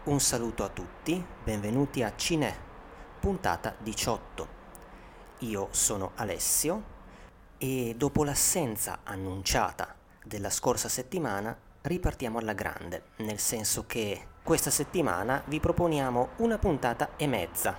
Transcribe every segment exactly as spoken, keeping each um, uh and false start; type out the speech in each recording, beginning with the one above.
Un saluto a tutti, benvenuti a Cine, puntata diciotto. Io sono Alessio e dopo l'assenza annunciata della scorsa settimana ripartiamo alla grande, nel senso che questa settimana vi proponiamo una puntata e mezza.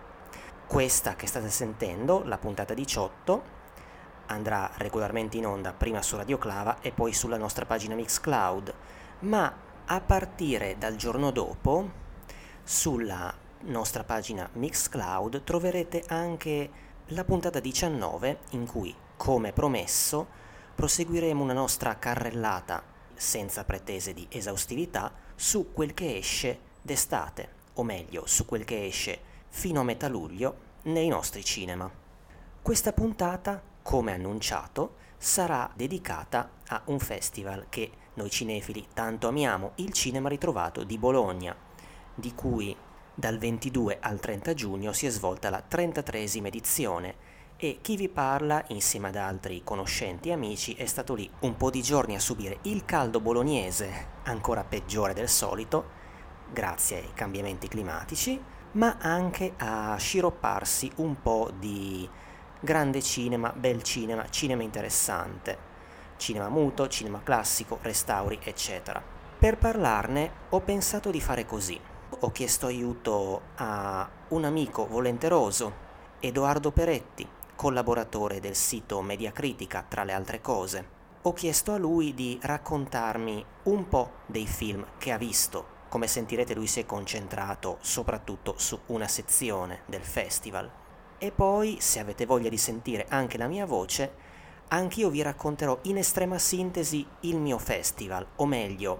Questa che state sentendo, la puntata diciotto, andrà regolarmente in onda prima su Radio Clava e poi sulla nostra pagina Mixcloud, ma a partire dal giorno dopo sulla nostra pagina Mixcloud troverete anche la puntata diciannove in cui, come promesso, proseguiremo una nostra carrellata senza pretese di esaustività su quel che esce d'estate, o meglio, su quel che esce fino a metà luglio nei nostri cinema. Questa puntata, come annunciato, sarà dedicata a un festival che noi cinefili tanto amiamo, il Cinema Ritrovato di Bologna, di cui dal ventidue al trenta giugno si è svolta la trentatreesima edizione e chi vi parla, insieme ad altri conoscenti e amici, è stato lì un po' di giorni a subire il caldo bolognese, ancora peggiore del solito, grazie ai cambiamenti climatici, ma anche a sciropparsi un po' di grande cinema, bel cinema, cinema interessante, cinema muto, cinema classico, restauri, eccetera. Per parlarne ho pensato di fare così. Ho chiesto aiuto a un amico volenteroso, Edoardo Peretti, collaboratore del sito Mediacritica, tra le altre cose. Ho chiesto a lui di raccontarmi un po' dei film che ha visto. Come sentirete, lui si è concentrato soprattutto su una sezione del festival. E poi, se avete voglia di sentire anche la mia voce, anch'io vi racconterò in estrema sintesi il mio festival, o meglio,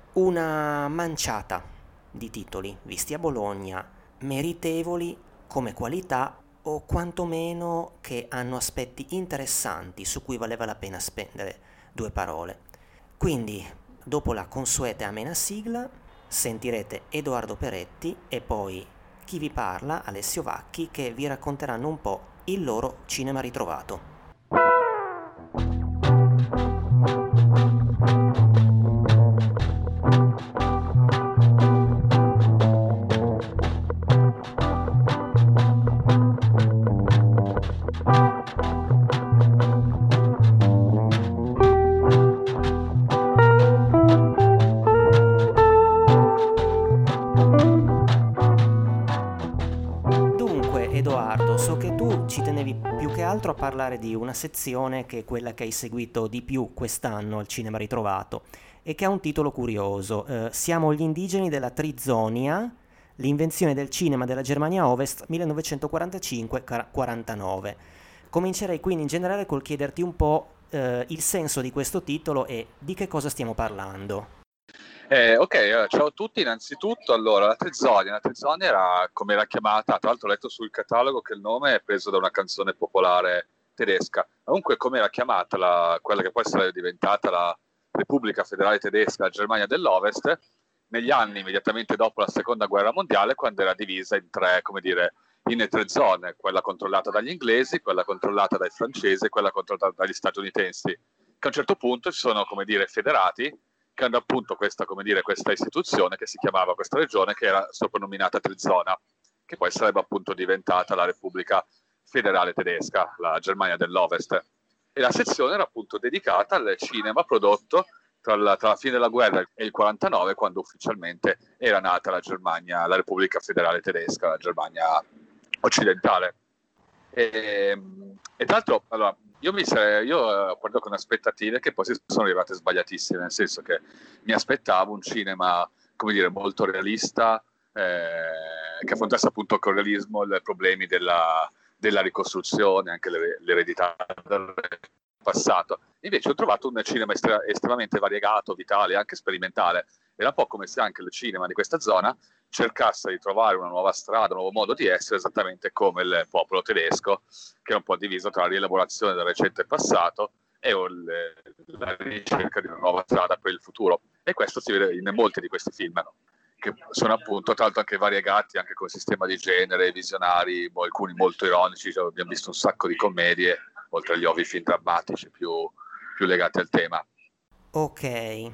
una manciata di titoli visti a Bologna, meritevoli come qualità o quantomeno che hanno aspetti interessanti su cui valeva la pena spendere due parole. Quindi, dopo la consueta e amena sigla, sentirete Edoardo Peretti e poi chi vi parla, Alessio Vacchi, che vi racconteranno un po' il loro cinema ritrovato. Edoardo, so che tu ci tenevi più che altro a parlare di una sezione che è quella che hai seguito di più quest'anno al Cinema Ritrovato e che ha un titolo curioso. Eh, siamo gli indigeni della Trizonia, l'invenzione del cinema della Germania Ovest millenovecentoquarantacinque quarantanove. Comincerei quindi in generale col chiederti un po' eh, il senso di questo titolo e di che cosa stiamo parlando. Eh, ok, eh, ciao a tutti. Innanzitutto, allora, la Trizonia, la Trizonia era come era chiamata, tra l'altro ho letto sul catalogo che il nome è preso da una canzone popolare tedesca. Comunque, come era chiamata la, quella che poi sarebbe diventata la Repubblica Federale Tedesca, la Germania dell'Ovest, negli anni immediatamente dopo la Seconda Guerra Mondiale, quando era divisa in tre, come dire, in tre zone, quella controllata dagli inglesi, quella controllata dai francesi e quella controllata dagli statunitensi, che a un certo punto si sono, come dire, federati, che hanno appunto questa, come dire, questa istituzione che si chiamava questa regione, che era soprannominata Trizona, che poi sarebbe appunto diventata la Repubblica Federale Tedesca, la Germania dell'Ovest. E la sezione era appunto dedicata al cinema prodotto tra la, tra la fine della guerra e il quarantanove, quando ufficialmente era nata la Germania, la Repubblica Federale Tedesca, la Germania occidentale. E, e tra l'altro, allora, io mi sarei, io ho guardato con aspettative che poi si sono arrivate sbagliatissime, nel senso che mi aspettavo un cinema, come dire, molto realista, eh, che affrontasse appunto con realismo i problemi della, della ricostruzione, anche l'eredità del passato. Invece ho trovato un cinema estre- estremamente variegato, vitale, anche sperimentale. Era un po' come se anche il cinema di questa zona cercasse di trovare una nuova strada, un nuovo modo di essere, esattamente come il popolo tedesco, che è un po' diviso tra la rielaborazione del recente passato e la ricerca di una nuova strada per il futuro. E questo si vede in molti di questi film, che sono appunto, tra l'altro, anche variegati, anche con sistema di genere, visionari, alcuni molto ironici. Cioè, abbiamo visto un sacco di commedie, oltre agli ovvi film drammatici più, più legati al tema. Ok,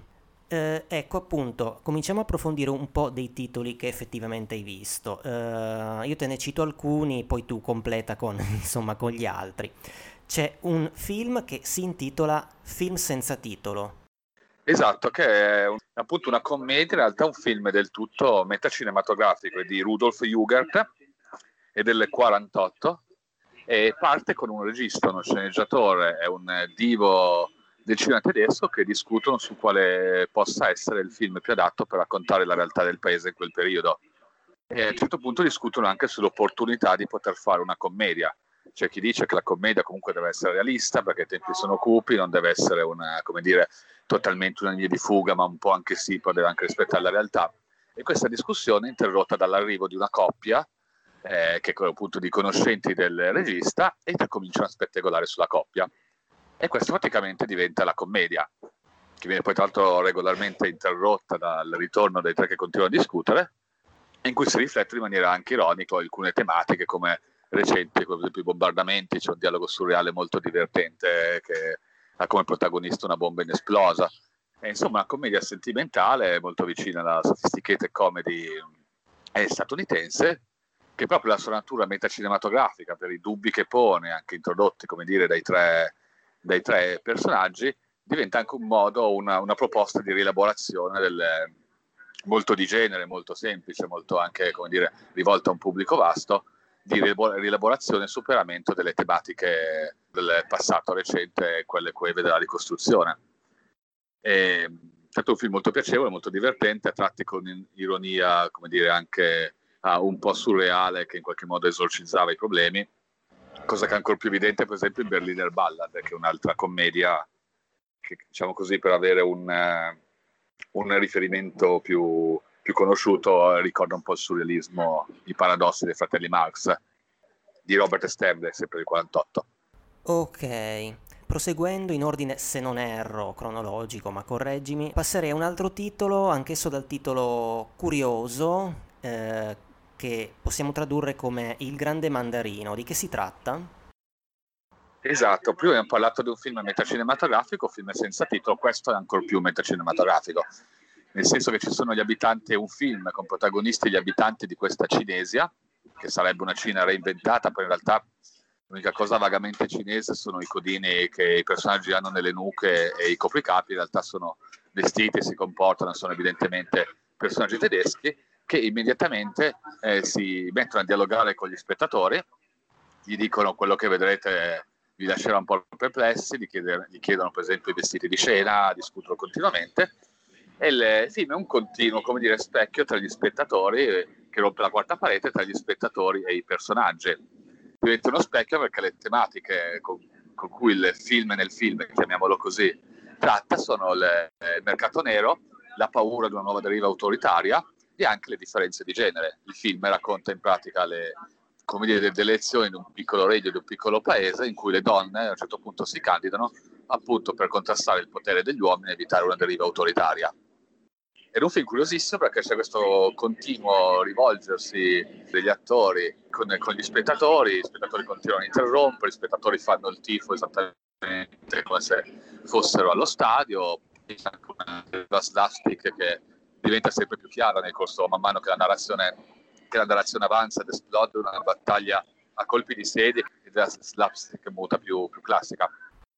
Eh, ecco appunto, cominciamo a approfondire un po' dei titoli che effettivamente hai visto. Eh, io te ne cito alcuni, poi tu completa con, insomma, con gli altri. C'è un film che si intitola Film senza titolo. Esatto, che è un- appunto una commedia, in realtà un film del tutto metacinematografico, è di Rudolf Jugert e delle quarantotto, e parte con un regista, uno sceneggiatore e un divo del cinema tedesco che discutono su quale possa essere il film più adatto per raccontare la realtà del paese in quel periodo. E a un certo punto discutono anche sull'opportunità di poter fare una commedia. C'è chi dice che la commedia comunque deve essere realista perché i tempi sono cupi, non deve essere una, come dire, totalmente una linea di fuga, ma un po' anche sì, però deve anche rispettare la realtà. E questa discussione è interrotta dall'arrivo di una coppia, eh, che è quello appunto di conoscenti del regista, e che cominciano a spettegolare sulla coppia. E questo praticamente diventa la commedia, che viene poi tra l'altro regolarmente interrotta dal ritorno dei tre che continuano a discutere, in cui si riflettono in maniera anche ironica alcune tematiche come recenti, come per esempio i bombardamenti. C'è un dialogo surreale molto divertente che ha come protagonista una bomba inesplosa. È insomma una commedia sentimentale molto vicina alla sophisticated comedy eh, statunitense, che proprio la sua natura metacinematografica, per i dubbi che pone, anche introdotti, come dire, dai tre, dai tre personaggi, diventa anche un modo, una, una proposta di rielaborazione del, molto di genere, molto semplice, molto anche, come dire, rivolta a un pubblico vasto, di rielaborazione e superamento delle tematiche del passato recente, quelle queve della ricostruzione. È stato un film molto piacevole, molto divertente, a tratti con ironia, come dire, anche uh, un po' surreale, che in qualche modo esorcizzava i problemi, cosa che è ancora più evidente per esempio in Berliner Ballad, che è un'altra commedia che, diciamo così, per avere un, uh, un riferimento più, più conosciuto, ricorda un po' il surrealismo, i paradossi dei fratelli Marx, di Robert Sternberg, sempre del quarantotto. Ok, proseguendo in ordine, se non erro, cronologico, ma correggimi, passerei a un altro titolo, anch'esso dal titolo curioso, eh, che possiamo tradurre come Il Grande Mandarino. Di che si tratta? Esatto, prima abbiamo parlato di un film metacinematografico, un film senza titolo, questo è ancora più metacinematografico, nel senso che ci sono gli abitanti, un film con protagonisti gli abitanti di questa Cinesia, che sarebbe una Cina reinventata, poi in realtà l'unica cosa vagamente cinese sono i codini che i personaggi hanno nelle nuche e i copricapi, in realtà sono vestiti, si comportano, sono evidentemente personaggi tedeschi, che immediatamente eh, si mettono a dialogare con gli spettatori, gli dicono quello che vedrete vi lascerà un po' perplessi, gli, chiede, gli chiedono per esempio i vestiti di scena, discutono continuamente, e il film è un continuo, come dire, specchio tra gli spettatori, che rompe la quarta parete tra gli spettatori e i personaggi. Diventa uno specchio perché le tematiche con, con cui il film nel film, chiamiamolo così, tratta sono le, il mercato nero, la paura di una nuova deriva autoritaria e anche le differenze di genere. Il film racconta in pratica le, come dire, delle elezioni in un piccolo regno, di un piccolo paese, in cui le donne a un certo punto si candidano appunto per contrastare il potere degli uomini e evitare una deriva autoritaria. Ed è un film curiosissimo perché c'è questo continuo rivolgersi degli attori con, con gli spettatori, gli spettatori continuano a interrompere, gli spettatori fanno il tifo esattamente come se fossero allo stadio, c'è anche una slapstick che diventa sempre più chiara nel corso, man mano che la narrazione, che la narrazione avanza ed esplode una battaglia a colpi di sedie e della slapstick muta più, più classica.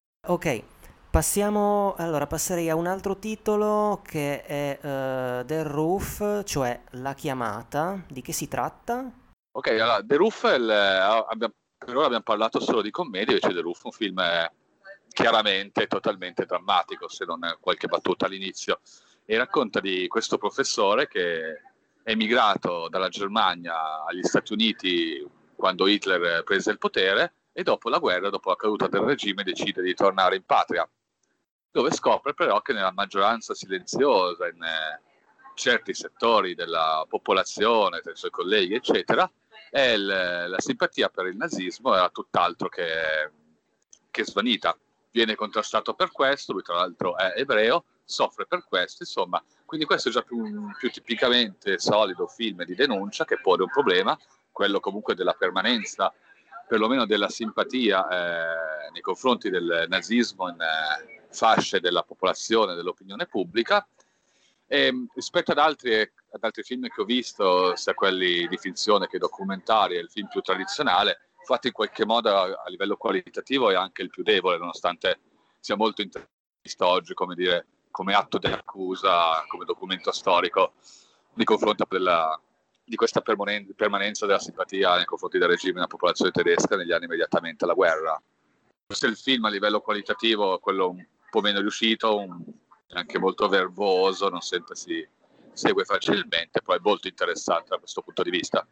Ok, passiamo, allora passerei a un altro titolo che è eh, The Roof, cioè La chiamata. Di che si tratta? Ok, allora, The Roof, il, abbiamo, per ora abbiamo parlato solo di commedia, invece The Roof è un film chiaramente totalmente drammatico, se non qualche battuta all'inizio, e racconta di questo professore che è emigrato dalla Germania agli Stati Uniti quando Hitler prese il potere, e dopo la guerra, dopo la caduta del regime, decide di tornare in patria, dove scopre però che nella maggioranza silenziosa, in eh, certi settori della popolazione, tra i suoi colleghi, eccetera, e il, la simpatia per il nazismo era tutt'altro che, che svanita. Viene contrastato per questo, lui tra l'altro è ebreo, soffre per questo, insomma, quindi questo è già più, più tipicamente solido film di denuncia che pone un problema, quello comunque della permanenza, perlomeno della simpatia eh, nei confronti del nazismo in eh, fasce della popolazione, dell'opinione pubblica, E, rispetto ad altri, ad altri film che ho visto, sia quelli di finzione che documentari, il film più tradizionale, infatti in qualche modo a, a livello qualitativo è anche il più debole, nonostante sia molto interessato oggi, come dire, come atto di accusa, come documento storico, di confronto della, di questa permanen- permanenza della simpatia nei confronti del regime della popolazione tedesca negli anni immediatamente alla guerra. Forse il film a livello qualitativo è quello un po' meno riuscito, un, anche molto verboso, non sempre si segue facilmente, però è molto interessante da questo punto di vista.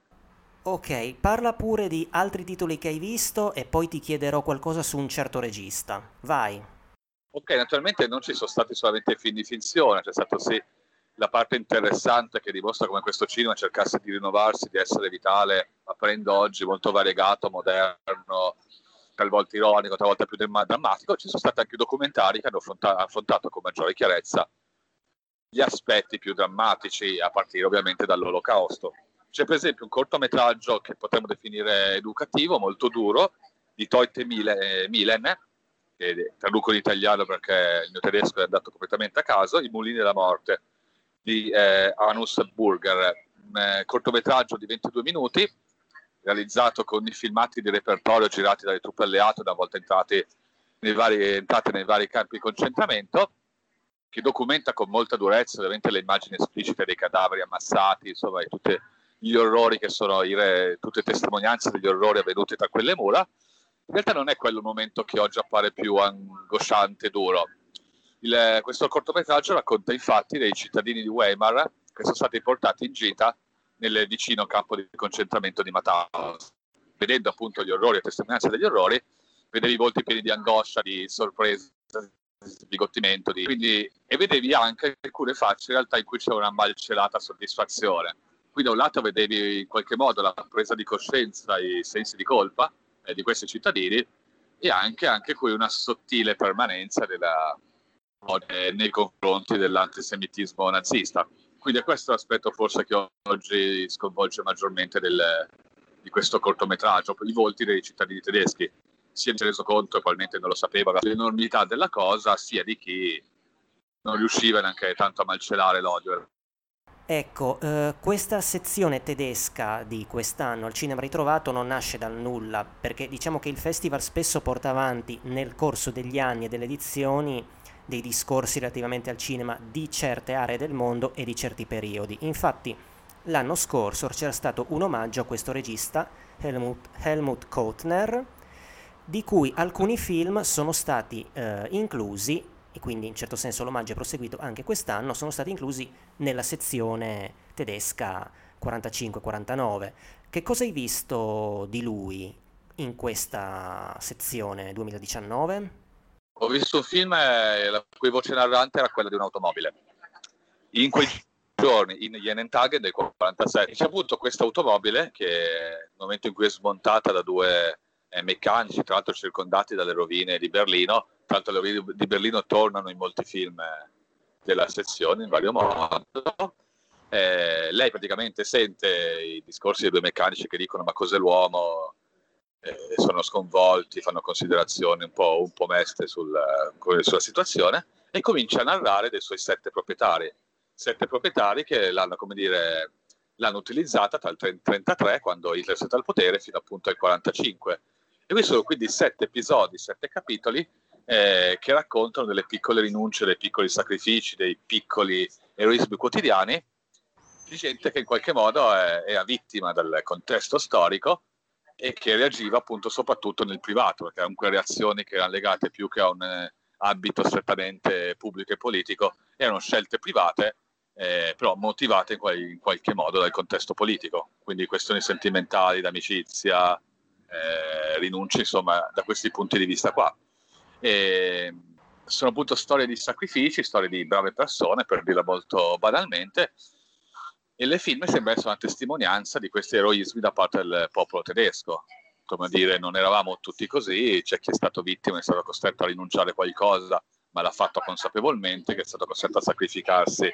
Ok, parla pure di altri titoli che hai visto e poi ti chiederò qualcosa su un certo regista. Vai. Ok, naturalmente non ci sono stati solamente film di finzione, c'è stata sì la parte interessante che dimostra come questo cinema cercasse di rinnovarsi, di essere vitale, apparendo oggi molto variegato, moderno, talvolta ironico, talvolta più drammatico. Ci sono stati anche documentari che hanno affrontato con maggiore chiarezza gli aspetti più drammatici, a partire ovviamente dall'Olocausto. C'è per esempio un cortometraggio che potremmo definire educativo, molto duro, di Toite Milen, che traduco in italiano perché il mio tedesco è andato completamente a caso, I mulini della morte, di eh, Anus Burger, un eh, cortometraggio di ventidue minuti, realizzato con i filmati di repertorio girati dalle truppe alleate, una volta entrati nei vari, entrate nei vari campi di concentramento, che documenta con molta durezza ovviamente le immagini esplicite dei cadaveri ammassati, insomma, tutti gli orrori che sono, i, tutte testimonianze degli orrori avvenuti tra quelle mura. In realtà non è quello il momento che oggi appare più angosciante e duro. Il, questo cortometraggio racconta infatti dei cittadini di Weimar che sono stati portati in gita nel vicino campo di concentramento di Mauthausen. Vedendo appunto gli orrori e testimonianze degli orrori, vedevi i volti pieni di angoscia, di sorpresa, di sbigottimento, di... Quindi, e vedevi anche alcune facce in realtà in cui c'era una malcelata soddisfazione. Qui da un lato vedevi in qualche modo la presa di coscienza, i sensi di colpa eh, di questi cittadini, e anche, anche qui una sottile permanenza della, eh, nei confronti dell'antisemitismo nazista. Quindi è questo l'aspetto forse che oggi sconvolge maggiormente del, di questo cortometraggio, i volti dei cittadini tedeschi. Sia si è reso conto, e probabilmente non lo sapeva, dell'enormità della cosa, sia di chi non riusciva neanche tanto a malcelare l'odio. Ecco, eh, questa sezione tedesca di quest'anno al Cinema Ritrovato non nasce dal nulla, perché diciamo che il festival spesso porta avanti nel corso degli anni e delle edizioni dei discorsi relativamente al cinema di certe aree del mondo e di certi periodi. Infatti, l'anno scorso c'era stato un omaggio a questo regista, Helmut, Helmut Kautner, di cui alcuni film sono stati eh, inclusi, e quindi in certo senso l'omaggio è proseguito anche quest'anno, sono stati inclusi nella sezione tedesca quarantacinque quarantanove. Che cosa hai visto di lui in questa sezione duemiladiciannove? Ho visto un film eh, la cui voce narrante era quella di un'automobile. In quei giorni, in Jenentagen del quarantasette, c'è avuto questa automobile che nel momento in cui è smontata da due eh, meccanici, tra l'altro circondati dalle rovine di Berlino, tra l'altro le rovine di Berlino tornano in molti film eh, della sezione in vario modo. Eh, lei praticamente sente i discorsi dei due meccanici che dicono ma cos'è l'uomo, eh, sono sconvolti, fanno considerazioni un po', un po' meste sul, sulla situazione, e comincia a narrare dei suoi sette proprietari, sette proprietari che l'hanno, come dire, l'hanno utilizzata tra il trentatré, quando Hitler è stato al potere, fino appunto al quarantacinque. E qui sono quindi sette episodi, sette capitoli eh, che raccontano delle piccole rinunce, dei piccoli sacrifici, dei piccoli eroismi quotidiani di gente che in qualche modo è, è vittima del contesto storico e che reagiva appunto soprattutto nel privato, perché comunque reazioni che erano legate più che a un eh, ambito strettamente pubblico e politico, erano scelte private, eh, però motivate in, qual- in qualche modo dal contesto politico, quindi questioni sentimentali, d'amicizia, eh, rinunce, insomma, da questi punti di vista qua. E sono appunto storie di sacrifici, storie di brave persone, per dirla molto banalmente, e le film sembra essere una testimonianza di questi eroismi da parte del popolo tedesco. Come dire, non eravamo tutti così, c'è chi è stato vittima, è stato costretto a rinunciare a qualcosa, ma l'ha fatto consapevolmente, che è stato costretto a sacrificarsi,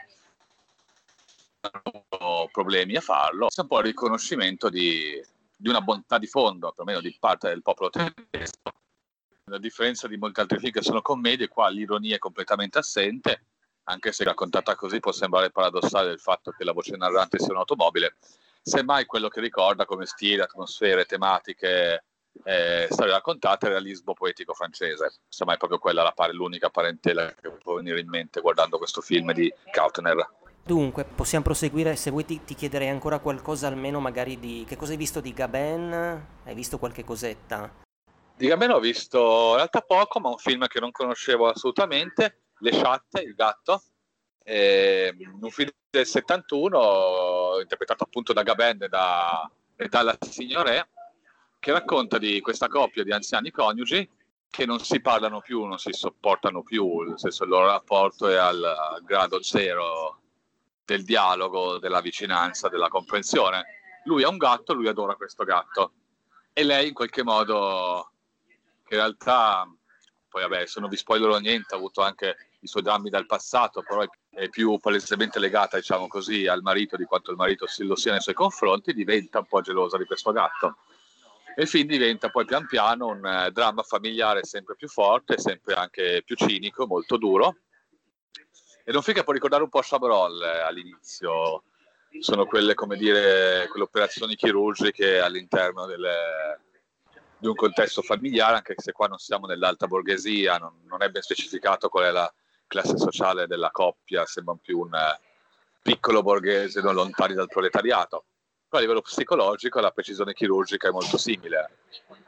problemi a farlo. È un po' il riconoscimento di, di una bontà di fondo, perlomeno di parte del popolo tedesco. A differenza di molti altri film che sono commedie, qua l'ironia è completamente assente, anche se raccontata così può sembrare paradossale il fatto che la voce narrante sia un'automobile, semmai quello che ricorda come stile, atmosfere, tematiche, eh, storie raccontate, realismo poetico francese. Semmai proprio quella la pare l'unica parentela che può venire in mente guardando questo film di Kautner. Dunque, possiamo proseguire, se vuoi ti, ti chiederei ancora qualcosa almeno magari di... Che cosa hai visto di Gabin? Hai visto qualche cosetta? Di Gabin ho visto in realtà poco, ma un film che non conoscevo assolutamente, Le Chatte, il gatto, eh, un film del settantuno interpretato appunto da Gabin e, da, e dalla Signoret, che racconta di questa coppia di anziani coniugi che non si parlano più, non si sopportano più, nel senso il loro rapporto è al, al grado zero del dialogo, della vicinanza, della comprensione. Lui ha un gatto, lui adora questo gatto e lei in qualche modo, che in realtà, poi vabbè, se non vi spoilerò niente, ha avuto anche i suoi drammi dal passato, però è più palesemente legata, diciamo così, al marito di quanto il marito lo sia nei suoi confronti, diventa un po' gelosa di questo gatto. E il film diventa poi pian piano un eh, dramma familiare sempre più forte, sempre anche più cinico, molto duro. E non figa può ricordare un po' Chabrol eh, all'inizio. Sono quelle, come dire, quelle operazioni chirurgiche all'interno delle, di un contesto familiare, anche se qua non siamo nell'alta borghesia, non, non è ben specificato qual è la classe sociale della coppia, sembra più un eh, piccolo borghese non lontani dal proletariato. Però a livello psicologico la precisione chirurgica è molto simile.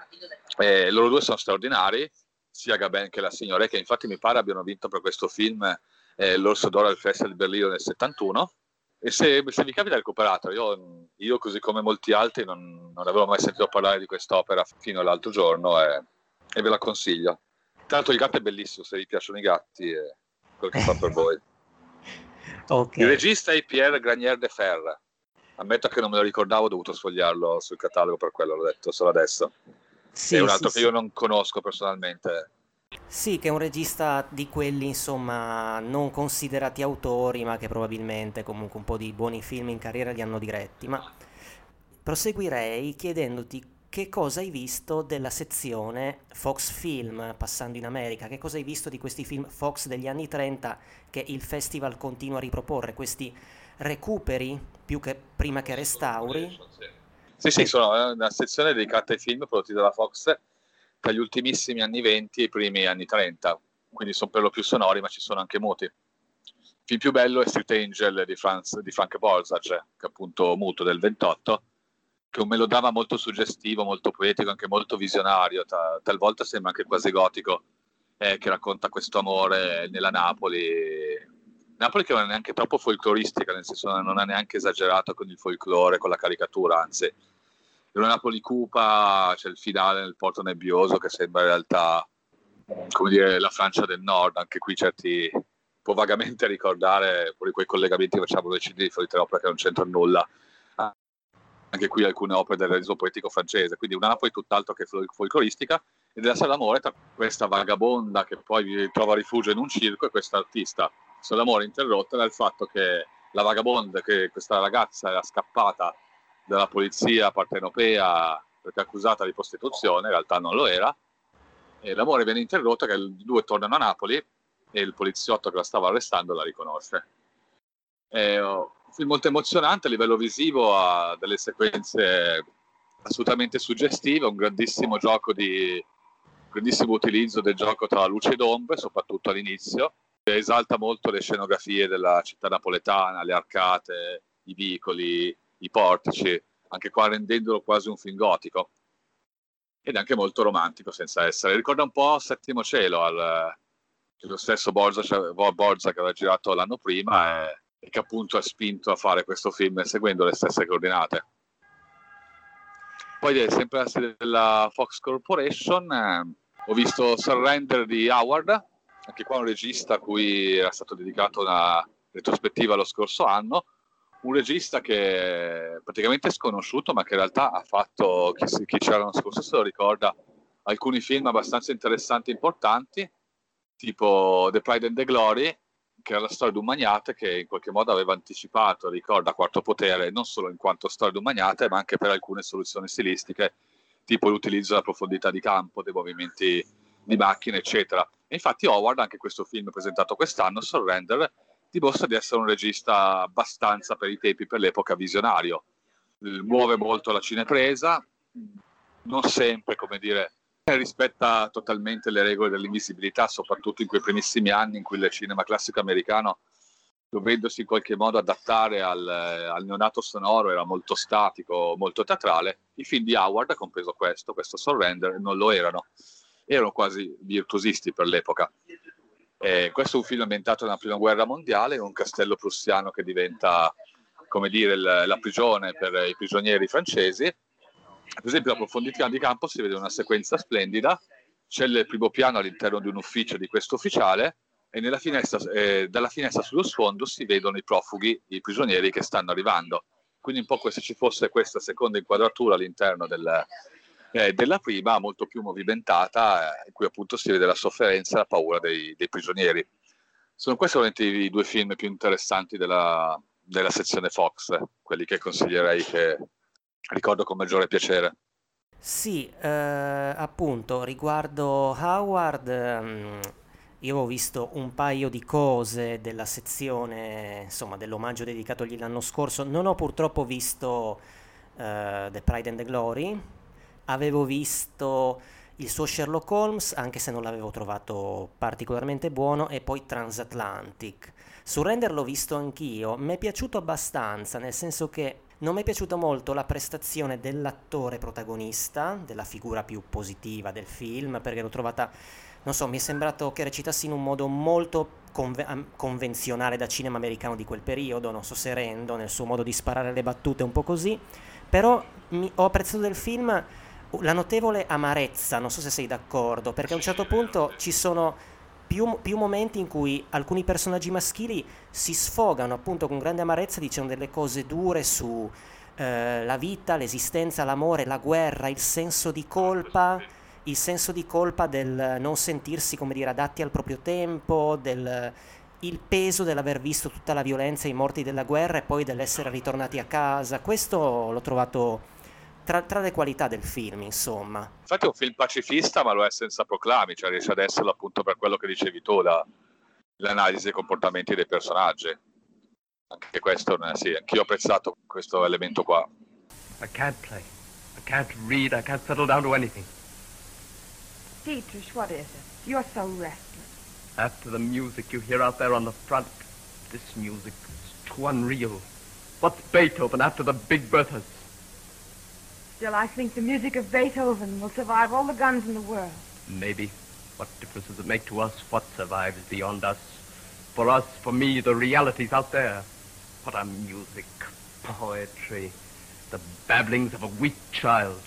E loro due sono straordinari, sia Gabin che la Signoret, che infatti mi pare abbiano vinto per questo film eh, l'Orso d'Oro al Festival di Berlino nel settantuno. E se, se vi capita recuperato, io, io così come molti altri non, non avevo mai sentito parlare di quest'opera fino all'altro giorno e, e ve la consiglio. Tanto il gatto è bellissimo, se vi piacciono i gatti è quello che fa per voi. Ok. Il regista è Pierre Granier de Fer. Ammetto che non me lo ricordavo, ho dovuto sfogliarlo sul catalogo, per quello l'ho detto solo adesso. È Sì, un sì, altro che io sì. non conosco personalmente. Sì, che è un regista di quelli, insomma, non considerati autori, ma che probabilmente comunque un po' di buoni film in carriera li hanno diretti. Ma proseguirei chiedendoti che cosa hai visto della sezione Fox Film, passando in America. Che cosa hai visto di questi film Fox degli anni trenta che il festival continua a riproporre? Questi recuperi, più che prima che restauri? Sì, sì, sono una sezione dedicata ai film prodotti dalla Fox tra gli ultimissimi anni venti e i primi anni trenta, quindi sono per lo più sonori, ma ci sono anche muti. Il film più bello è Street Angel di, Franz, di Frank Borzage, che è appunto muto del ventotto, che è un melodramma molto suggestivo, molto poetico, anche molto visionario, ta- talvolta sembra anche quasi gotico, eh, che racconta questo amore nella Napoli. Napoli che non è neanche troppo folcloristica, nel senso non ha neanche esagerato con il folklore, con la caricatura, anzi. È una Napoli cupa, c'è il finale nel Porto Nebbioso che sembra in realtà, come dire, la Francia del Nord, anche qui certi può vagamente ricordare pure quei collegamenti che facciamo noi C D di Folite Opera che non c'entrano nulla. Anche qui alcune opere del realismo poetico francese, quindi una Napoli tutt'altro che folcloristica, e della storia d'amore tra questa vagabonda che poi trova rifugio in un circo e questa artista. Storia d'amore interrotta dal fatto che la vagabonda, che questa ragazza era scappata dalla polizia partenopea perché accusata di prostituzione, in realtà non lo era, e l'amore viene interrotto che i due tornano a Napoli e il poliziotto che la stava arrestando la riconosce. È un film molto emozionante a livello visivo, ha delle sequenze assolutamente suggestive, un grandissimo gioco di grandissimo utilizzo del gioco tra luce ed ombre, soprattutto all'inizio. Esalta molto le scenografie della città napoletana, le arcate, i vicoli, i portici, anche qua rendendolo quasi un film gotico. Ed è anche molto romantico senza essere. Ricorda un po' Settimo Cielo, al, lo stesso Borza, Borza che aveva girato l'anno prima e, e che appunto ha spinto a fare questo film seguendo le stesse coordinate. Poi è sempre la serie della Fox Corporation, eh, ho visto Surrender di Howard, anche qua un regista a cui era stato dedicato una retrospettiva lo scorso anno, un regista che è praticamente sconosciuto ma che in realtà ha fatto, chi, chi c'era l'anno scorso se lo ricorda, alcuni film abbastanza interessanti e importanti, tipo The Pride and the Glory, che era la storia di un magnate che in qualche modo aveva anticipato, ricorda, Quarto Potere, non solo in quanto storia di un magnate, ma anche per alcune soluzioni stilistiche, tipo l'utilizzo della profondità di campo, dei movimenti di macchine, eccetera. E infatti Howard, anche questo film presentato quest'anno, Surrender, dimostra di essere un regista abbastanza, per i tempi, per l'epoca, visionario. Muove molto la cinepresa, non sempre, come dire, rispetta totalmente le regole dell'invisibilità, soprattutto in quei primissimi anni in cui il cinema classico americano, dovendosi in qualche modo adattare al, al neonato sonoro, era molto statico, molto teatrale. I film di Howard, compreso questo, questo Surrender, non lo erano. Erano quasi virtuosisti per l'epoca. Eh, questo è un film ambientato nella Prima Guerra Mondiale, in un castello prussiano che diventa, come dire, la, la prigione per i prigionieri francesi. Per esempio, alla profondità di campo si vede una sequenza splendida, c'è il primo piano all'interno di un ufficio di questo ufficiale, e nella finestra, eh, dalla finestra sullo sfondo si vedono i profughi, i prigionieri che stanno arrivando. Quindi un po' come se ci fosse questa seconda inquadratura all'interno del, eh, della prima, molto più movimentata, eh, in cui appunto si vede la sofferenza e la paura dei, dei prigionieri. Sono questi ovviamente i due film più interessanti della, della sezione Fox, quelli che consiglierei, che ricordo con maggiore piacere. Sì, eh, appunto, riguardo Howard, ehm, io ho visto un paio di cose della sezione, insomma, dell'omaggio dedicato l'anno scorso. Non ho purtroppo visto eh, The Pride and the Glory. Avevo visto il suo Sherlock Holmes, anche se non l'avevo trovato particolarmente buono, e poi Transatlantic. Surrender l'ho visto anch'io, mi è piaciuto abbastanza, nel senso che non mi è piaciuta molto la prestazione dell'attore protagonista, della figura più positiva del film, perché l'ho trovata, non so, mi è sembrato che recitasse in un modo molto conve- am- convenzionale da cinema americano di quel periodo, non so se rendo, nel suo modo di sparare le battute un po' così, però mi- ho apprezzato del film la notevole amarezza, non so se sei d'accordo, perché a un certo punto ci sono più, più momenti in cui alcuni personaggi maschili si sfogano appunto con grande amarezza, dicendo delle cose dure su eh, la vita, l'esistenza, l'amore, la guerra, il senso di colpa, il senso di colpa del non sentirsi, come dire, adatti al proprio tempo, del il peso dell'aver visto tutta la violenza e i morti della guerra e poi dell'essere ritornati a casa. Questo l'ho trovato tra, tra le qualità del film, insomma. Infatti è un film pacifista, ma lo è senza proclami, cioè riesce ad esserlo appunto per quello che dicevi tu, da, l'analisi dei comportamenti dei personaggi. Anche questo, eh, sì, anch'io ho apprezzato questo elemento qua. I can't play. I can't read. I can't settle down to anything. Dietrich, what is it? You're so restless. After the music you hear out there on the front, this music is too unreal. What's Beethoven after the Big Berthas? Still, I think the music of Beethoven will survive all the guns in the world. Maybe. What difference does it make to us what survives beyond us? For us, for me, the reality's out there. What a music, poetry, the babblings of a weak child.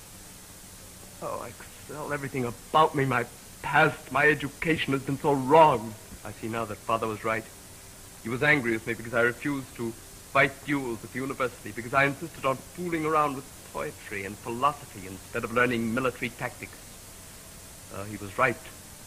Oh, I excel everything about me. My past, my education has been so wrong. I see now that Father was right. He was angry with me because I refused to fight duels at the university, because I insisted on fooling around with poetry and philosophy instead of learning military tactics. Uh, he was right.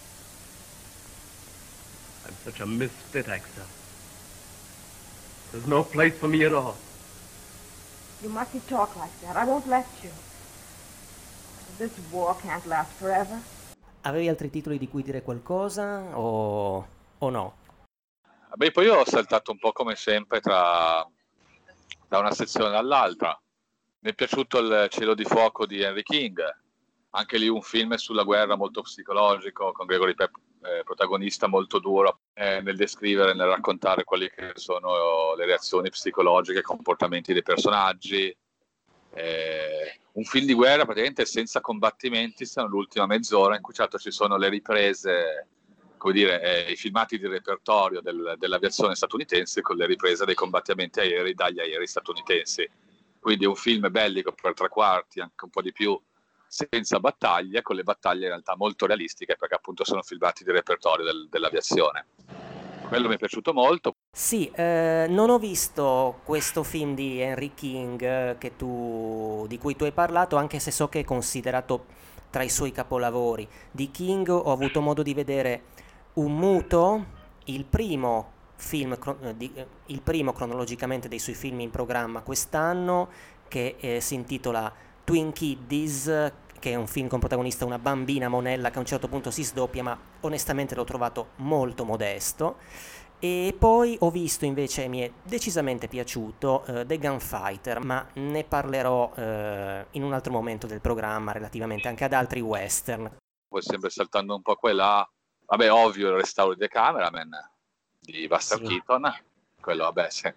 I'm such a misfit, Axel. There's no place for me at all. You mustn't talk like that. I won't let you. This war can't last forever. Avevi altri titoli di cui dire qualcosa o, o no? Beh, poi io ho saltato un po' come sempre tra da una sezione all'altra. Mi è piaciuto Il cielo di fuoco di Henry King, anche lì un film sulla guerra molto psicologico, con Gregory Peck eh, protagonista molto duro eh, nel descrivere, nel raccontare quelle che sono le reazioni psicologiche, i comportamenti dei personaggi. Eh, un film di guerra praticamente senza combattimenti, se non l'ultima mezz'ora, in cui certo ci sono le riprese, come dire, eh, i filmati di repertorio del, dell'aviazione statunitense con le riprese dei combattimenti aerei dagli aerei statunitensi. Quindi è un film bellico per tre quarti, anche un po' di più, senza battaglie, con le battaglie in realtà molto realistiche, perché appunto sono filmati di repertorio del, dell'aviazione. Quello mi è piaciuto molto. Sì, eh, non ho visto questo film di Henry King eh, che tu, di cui tu hai parlato, anche se so che è considerato tra i suoi capolavori. Di King ho avuto modo di vedere Un muto, il primo film, cro- eh, di- eh, il primo cronologicamente dei suoi film in programma quest'anno, che eh, si intitola Twin Kiddies, che è un film con protagonista una bambina monella che a un certo punto si sdoppia, ma onestamente l'ho trovato molto modesto. E poi ho visto invece, mi è decisamente piaciuto, uh, The Gunfighter, ma ne parlerò uh, in un altro momento del programma relativamente anche ad altri western. Poi sempre saltando un po' qua e là, vabbè, ovvio il restauro di The Cameraman di Buster Sì. Keaton, quello vabbè, sì.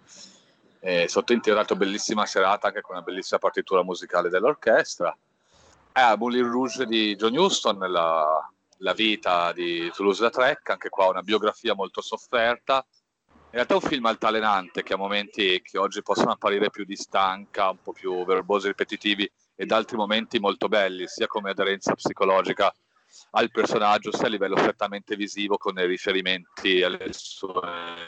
E sottointendo, un'altra bellissima serata anche con una bellissima partitura musicale dell'orchestra. Eh, Moulin Rouge di John Huston, la, la vita di Toulouse-Lautrec, anche qua una biografia molto sofferta. In realtà è un film altalenante che a momenti che oggi possono apparire più di stanca, un po' più verbosi e ripetitivi, ed altri momenti molto belli, sia come aderenza psicologica al personaggio, sia a livello strettamente visivo con i riferimenti alle sue,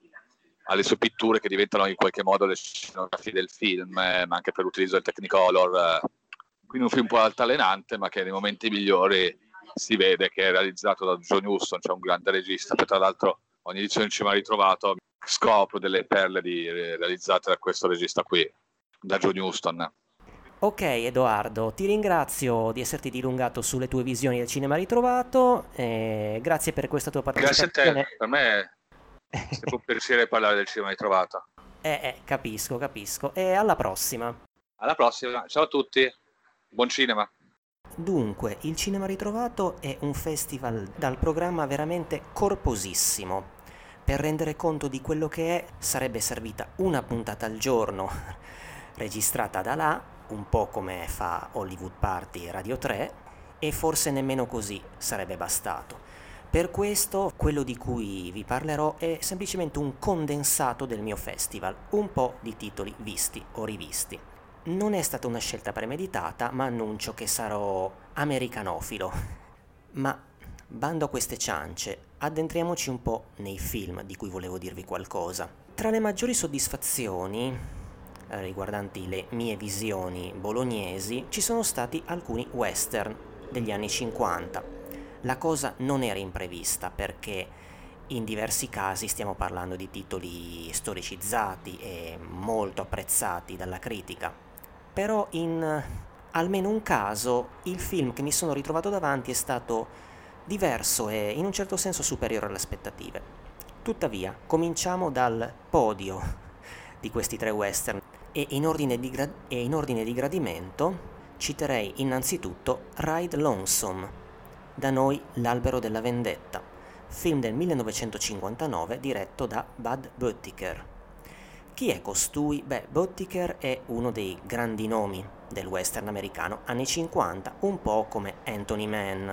alle sue pitture che diventano in qualche modo le scenografie del film, eh, ma anche per l'utilizzo del Technicolor. Eh. Quindi un film un po' altalenante, ma che nei momenti migliori si vede che è realizzato da John Huston, cioè un grande regista. Tra l'altro ogni edizione ci mi ha ritrovato, scopro delle perle di, realizzate da questo regista qui, da John Huston. Ok Edoardo, ti ringrazio di esserti dilungato sulle tue visioni del cinema ritrovato, eh, grazie per questa tua partecipazione. Grazie a te, per me è sempre un piacere parlare del cinema ritrovato. Eh, eh, capisco, capisco, e alla prossima. Alla prossima, ciao a tutti, buon cinema. Dunque, il Cinema Ritrovato è un festival dal programma veramente corposissimo. Per rendere conto di quello che è, sarebbe servita una puntata al giorno, registrata da là, un po' come fa Hollywood Party Radio tre, e forse nemmeno così sarebbe bastato. Per questo, quello di cui vi parlerò è semplicemente un condensato del mio festival, un po' di titoli visti o rivisti. Non è stata una scelta premeditata, ma annuncio che sarò americanofilo. Ma, bando a queste ciance, addentriamoci un po' nei film di cui volevo dirvi qualcosa. Tra le maggiori soddisfazioni eh, riguardanti le mie visioni bolognesi ci sono stati alcuni western degli anni cinquanta. La cosa non era imprevista perché in diversi casi stiamo parlando di titoli storicizzati e molto apprezzati dalla critica. Però in almeno un caso il film che mi sono ritrovato davanti è stato diverso e in un certo senso superiore alle aspettative. Tuttavia, cominciamo dal podio di questi tre western e in ordine di, gra- e in ordine di gradimento citerei innanzitutto Ride Lonesome, da noi L'albero della vendetta, film del millenovecentocinquantanove diretto da Bud Buttigieg. Chi è costui? Beh, Buttigieg è uno dei grandi nomi del western americano anni cinquanta, un po' come Anthony Mann.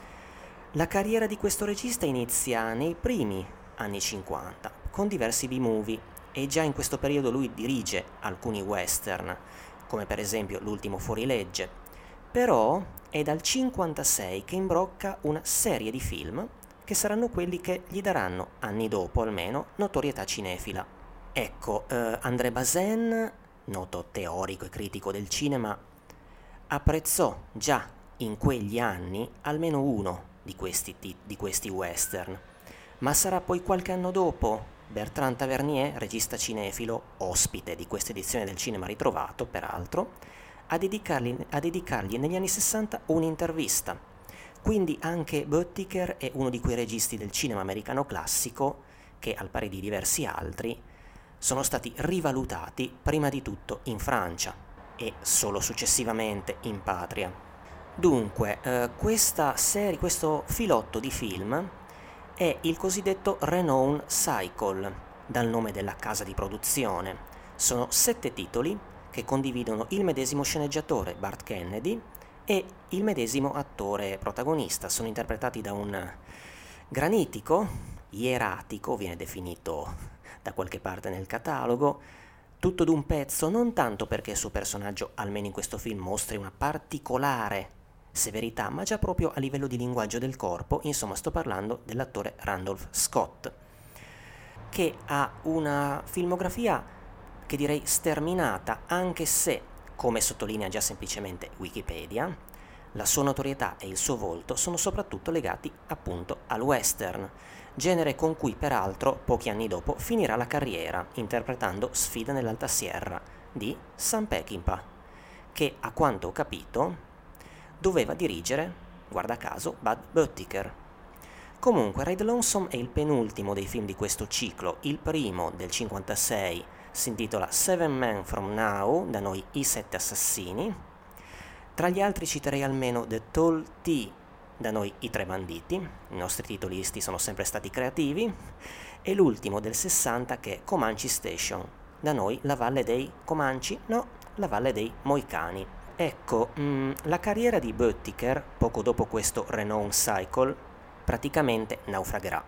La carriera di questo regista inizia nei primi anni cinquanta, con diversi B-movie, e già in questo periodo lui dirige alcuni western, come per esempio L'ultimo fuorilegge. Però è dal cinquantasei che imbrocca una serie di film che saranno quelli che gli daranno, anni dopo almeno, notorietà cinefila. Ecco, eh, André Bazin, noto teorico e critico del cinema, apprezzò già in quegli anni almeno uno di questi, di questi western, ma sarà poi qualche anno dopo Bertrand Tavernier, regista cinefilo, ospite di questa edizione del Cinema Ritrovato, peraltro, a dedicargli, a dedicargli negli anni sessanta un'intervista. Quindi anche Buttigieg è uno di quei registi del cinema americano classico che, al pari di diversi altri, sono stati rivalutati prima di tutto in Francia e solo successivamente in patria. Dunque, eh, questa serie, questo filotto di film è il cosiddetto Renown Cycle, dal nome della casa di produzione. Sono sette titoli che condividono il medesimo sceneggiatore, Bart Kennedy, e il medesimo attore protagonista. Sono interpretati da un granitico, ieratico, viene definito da qualche parte nel catalogo, tutto d'un pezzo, non tanto perché il suo personaggio, almeno in questo film, mostri una particolare severità, ma già proprio a livello di linguaggio del corpo. Insomma, sto parlando dell'attore Randolph Scott, che ha una filmografia che direi sterminata, anche se, come sottolinea già semplicemente Wikipedia, la sua notorietà e il suo volto sono soprattutto legati appunto al western, genere con cui peraltro pochi anni dopo finirà la carriera interpretando Sfida nell'Alta Sierra di Sam Peckinpah, che a quanto ho capito doveva dirigere, guarda caso, Bud Buttigieg. Comunque, Ride Lonesome è il penultimo dei film di questo ciclo. Il primo, del cinquantasei, si intitola Seven Men from Now, da noi I Sette Assassini. Tra gli altri citerei almeno The Tall Tea, da noi I Tre Banditi. I nostri titolisti sono sempre stati creativi. E l'ultimo del sessanta, che è Comanche Station, da noi La Valle dei Comanci, no, La Valle dei Moicani. Ecco, mh, la carriera di Böttcher, poco dopo questo Renown Cycle, praticamente naufragherà,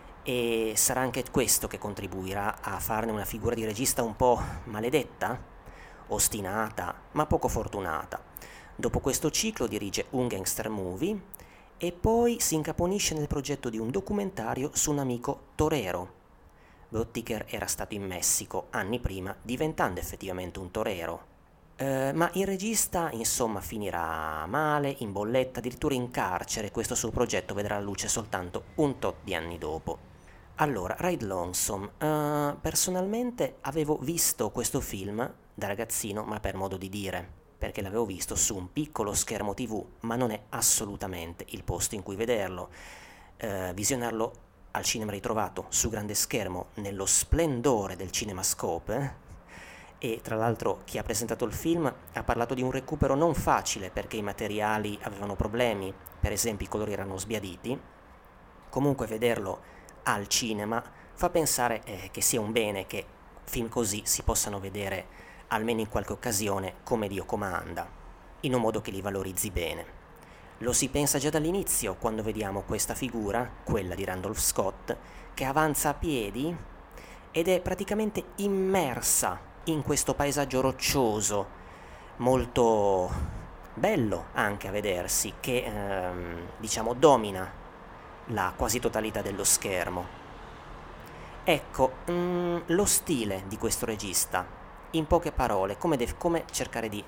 e sarà anche questo che contribuirà a farne una figura di regista un po' maledetta, ostinata, ma poco fortunata. Dopo questo ciclo dirige un gangster movie e poi si incaponisce nel progetto di un documentario su un amico torero. Böttcher era stato in Messico anni prima, diventando effettivamente un torero. Uh, ma il regista, insomma, finirà male, in bolletta, addirittura in carcere. Questo suo progetto vedrà la luce soltanto un tot di anni dopo. Allora, Ride Lonesome. Uh, personalmente avevo visto questo film da ragazzino, ma per modo di dire, perché l'avevo visto su un piccolo schermo tivù, ma non è assolutamente il posto in cui vederlo. Uh, visionarlo al cinema ritrovato, su grande schermo, nello splendore del CinemaScope, eh? E tra l'altro chi ha presentato il film ha parlato di un recupero non facile perché i materiali avevano problemi, per esempio i colori erano sbiaditi. Comunque vederlo al cinema fa pensare eh, che sia un bene che film così si possano vedere almeno in qualche occasione come Dio comanda, in un modo che li valorizzi bene. Lo si pensa già dall'inizio quando vediamo questa figura, quella di Randolph Scott, che avanza a piedi ed è praticamente immersa in questo paesaggio roccioso, molto bello anche a vedersi, che ehm, diciamo domina la quasi totalità dello schermo. Ecco, mm, lo stile di questo regista, in poche parole, come, def- come cercare di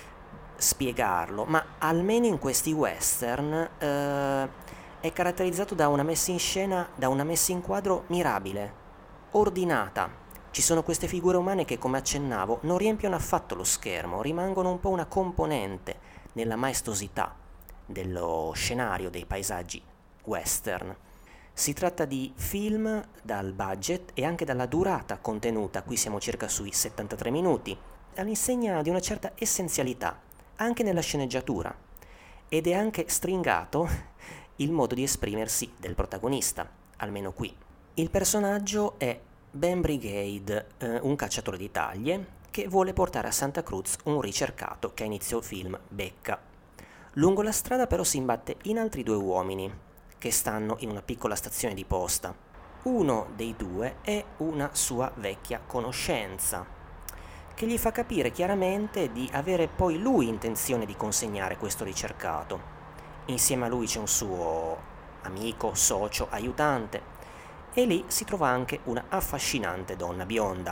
spiegarlo, ma almeno in questi western eh, è caratterizzato da una messa in scena, da una messa in quadro mirabile, ordinata. Ci sono queste figure umane che, come accennavo, non riempiono affatto lo schermo, rimangono un po' una componente nella maestosità dello scenario dei paesaggi western. Si tratta di film dal budget e anche dalla durata contenuta, qui siamo circa sui settantatré minuti, all'insegna di una certa essenzialità, anche nella sceneggiatura, ed è anche stringato il modo di esprimersi del protagonista, almeno qui. Il personaggio è Ben Brigade, eh, un cacciatore di taglie che vuole portare a Santa Cruz un ricercato che a inizio film becca. Lungo la strada però si imbatte in altri due uomini che stanno in una piccola stazione di posta. Uno dei due è una sua vecchia conoscenza, che gli fa capire chiaramente di avere poi lui intenzione di consegnare questo ricercato. Insieme a lui c'è un suo amico, socio, aiutante, e lì si trova anche una affascinante donna bionda.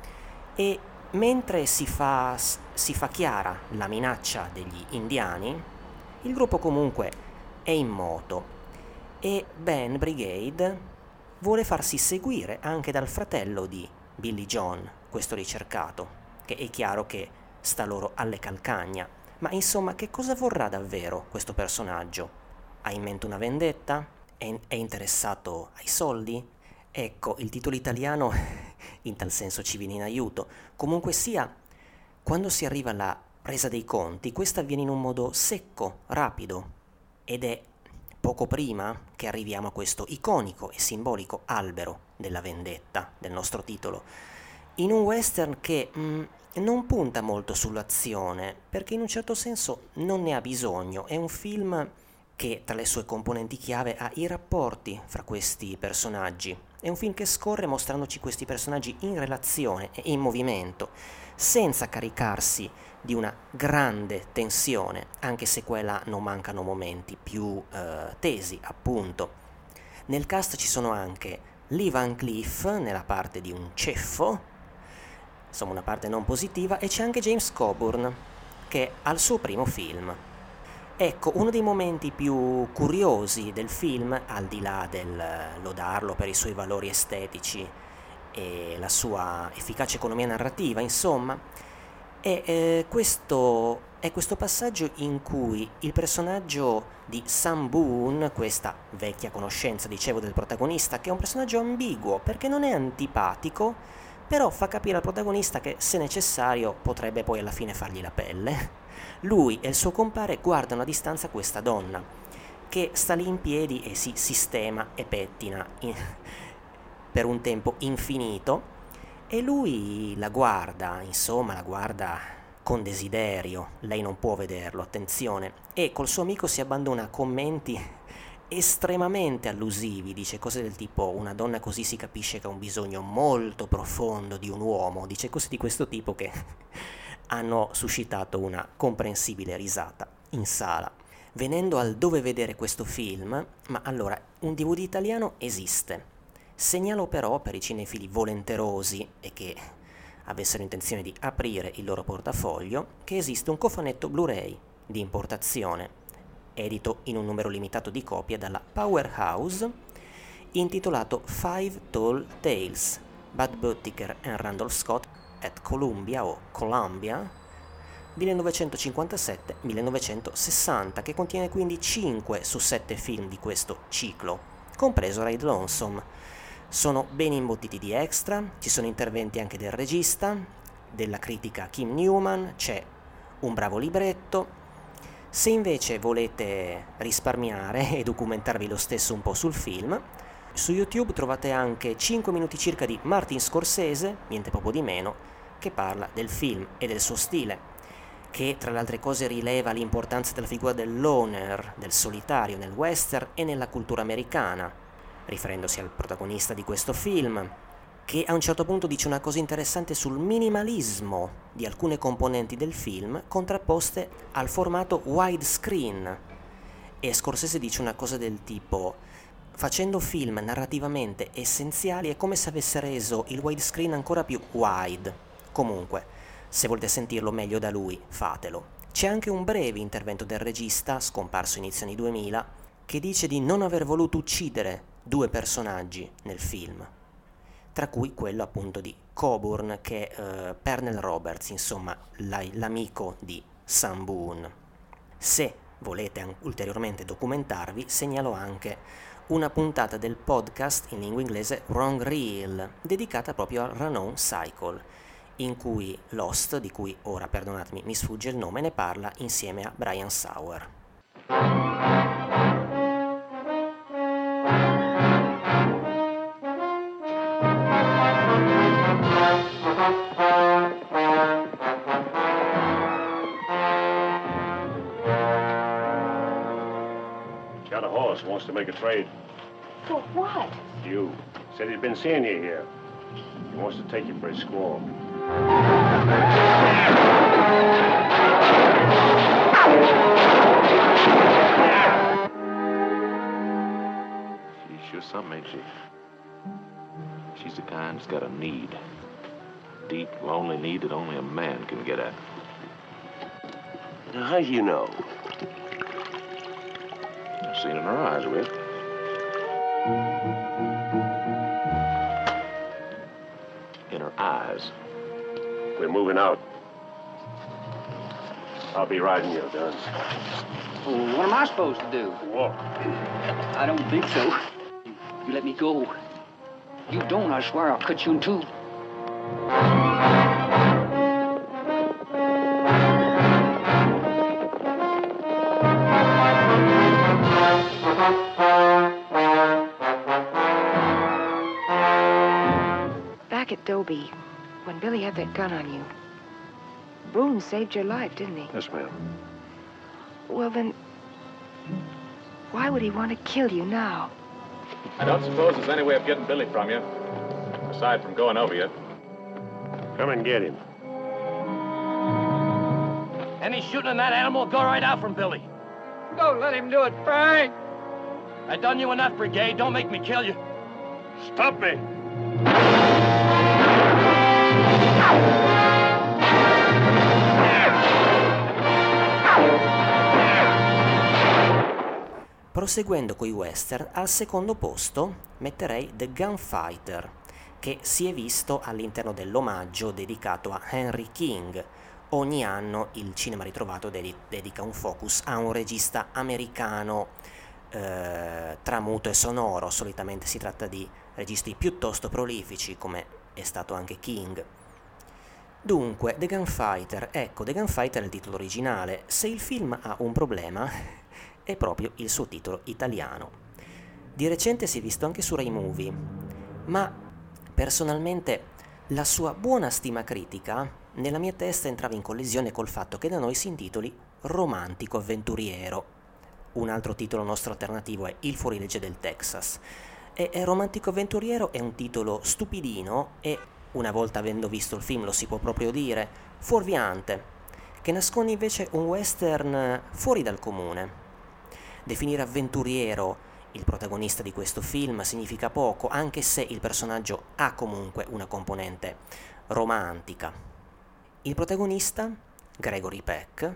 E mentre si fa, si fa chiara la minaccia degli indiani, il gruppo comunque è in moto e Ben Brigade vuole farsi seguire anche dal fratello di Billy John, questo ricercato, che è chiaro che sta loro alle calcagna. Ma insomma, che cosa vorrà davvero questo personaggio? Ha in mente una vendetta? È, è interessato ai soldi? Ecco, il titolo italiano in tal senso ci viene in aiuto. Comunque sia, quando si arriva alla resa dei conti, questa avviene in un modo secco, rapido, ed è poco prima che arriviamo a questo iconico e simbolico albero della vendetta del nostro titolo, in un western che mh, non punta molto sull'azione, perché in un certo senso non ne ha bisogno. È un film che tra le sue componenti chiave ha i rapporti fra questi personaggi. È un film che scorre mostrandoci questi personaggi in relazione e in movimento, senza caricarsi di una grande tensione, anche se quella non mancano momenti più eh, tesi, appunto. Nel cast ci sono anche Lee Van Cleef nella parte di un ceffo, insomma una parte non positiva, e c'è anche James Coburn che ha il suo primo film. Ecco, uno dei momenti più curiosi del film, al di là del lodarlo per i suoi valori estetici e la sua efficace economia narrativa, insomma, E eh, questo è questo passaggio in cui il personaggio di Sam Boone, questa vecchia conoscenza, dicevo, del protagonista, che è un personaggio ambiguo perché non è antipatico, però fa capire al protagonista che, se necessario, potrebbe poi alla fine fargli la pelle. Lui e il suo compare guardano a distanza questa donna che sta lì in piedi e si sistema e pettina in, per un tempo infinito, e lui la guarda, insomma la guarda con desiderio, lei non può vederlo, attenzione, e col suo amico si abbandona a commenti estremamente allusivi, dice cose del tipo: una donna così si capisce che ha un bisogno molto profondo di un uomo, dice cose di questo tipo che hanno suscitato una comprensibile risata in sala. Venendo al dove vedere questo film, ma allora, un D V D italiano esiste. Segnalo però, per i cinefili volenterosi e che avessero intenzione di aprire il loro portafoglio, che esiste un cofanetto Blu-ray di importazione, edito in un numero limitato di copie dalla Powerhouse, intitolato Five Tall Tales, Bud Buttiger and Randolph Scott at Columbia o Columbia, millenovecentocinquantasette millenovecentosessanta, che contiene quindi cinque su sette film di questo ciclo, compreso Ride Lonesome. Sono ben imbottiti di extra, ci sono interventi anche del regista, della critica Kim Newman, c'è un bravo libretto. Se invece volete risparmiare e documentarvi lo stesso un po' sul film, su YouTube trovate anche cinque minuti circa di Martin Scorsese, niente poco di meno, che parla del film e del suo stile, che tra le altre cose rileva l'importanza della figura del loner, del solitario nel western e nella cultura americana, riferendosi al protagonista di questo film, che a un certo punto dice una cosa interessante sul minimalismo di alcune componenti del film contrapposte al formato widescreen, e Scorsese dice una cosa del tipo: facendo film narrativamente essenziali è come se avesse reso il widescreen ancora più wide. Comunque, se volete sentirlo meglio da lui, fatelo. C'è anche un breve intervento del regista, scomparso inizio anni duemila, che dice di non aver voluto uccidere due personaggi nel film, tra cui quello appunto di Coburn, che è uh, Pernell Roberts, insomma la, l'amico di Sam Boone. Se volete ulteriormente documentarvi, segnalo anche una puntata del podcast in lingua inglese Wrong Reel, dedicata proprio al Renown Cycle, in cui Lost, di cui ora, perdonatemi, mi sfugge il nome, ne parla insieme a Brian Sauer. Got a horse, wants to make a trade. For what? You. Said he'd been seeing you here. He wants to take you for his squaw. She's sure something, ain't she? She's the kind that's got a need. Deep, lonely need that only a man can get at. Now, how do you know? I've seen in her eyes, Rick. In her eyes. We're moving out. I'll be riding your guns. Well, what am I supposed to do? Walk. I don't think so. You, you let me go. You don't, I swear I'll cut you in two. Back at Dobie, when Billy had that gun on you, Boone saved your life, didn't he? Yes, ma'am. Well, then, why would he want to kill you now? I don't suppose there's any way of getting Billy from you, aside from going over you. Come and get him. Any shooting in that animal will go right out from Billy. Don't let him do it, Frank. I done you enough, Brigade. Don't make me kill you. Stop me! Proseguendo coi western, al secondo posto metterei The Gunfighter, che si è visto all'interno dell'omaggio dedicato a Henry King, ogni anno il Cinema Ritrovato dedi- dedica un focus a un regista americano eh, tra muto e sonoro. Solitamente si tratta di registi piuttosto prolifici, come è stato anche King. Dunque, The Gunfighter, ecco, The Gunfighter è il titolo originale. Se il film ha un problema, è proprio il suo titolo italiano. Di recente si è visto anche su Rai Movie, ma personalmente la sua buona stima critica nella mia testa entrava in collisione col fatto che da noi si intitoli Romantico Avventuriero. Un altro titolo nostro alternativo è Il fuorilegge del Texas. E, e Romantico Avventuriero è un titolo stupidino e, una volta avendo visto il film lo si può proprio dire, fuorviante, che nasconde invece un western fuori dal comune. Definire avventuriero il protagonista di questo film significa poco, anche se il personaggio ha comunque una componente romantica. Il protagonista, Gregory Peck,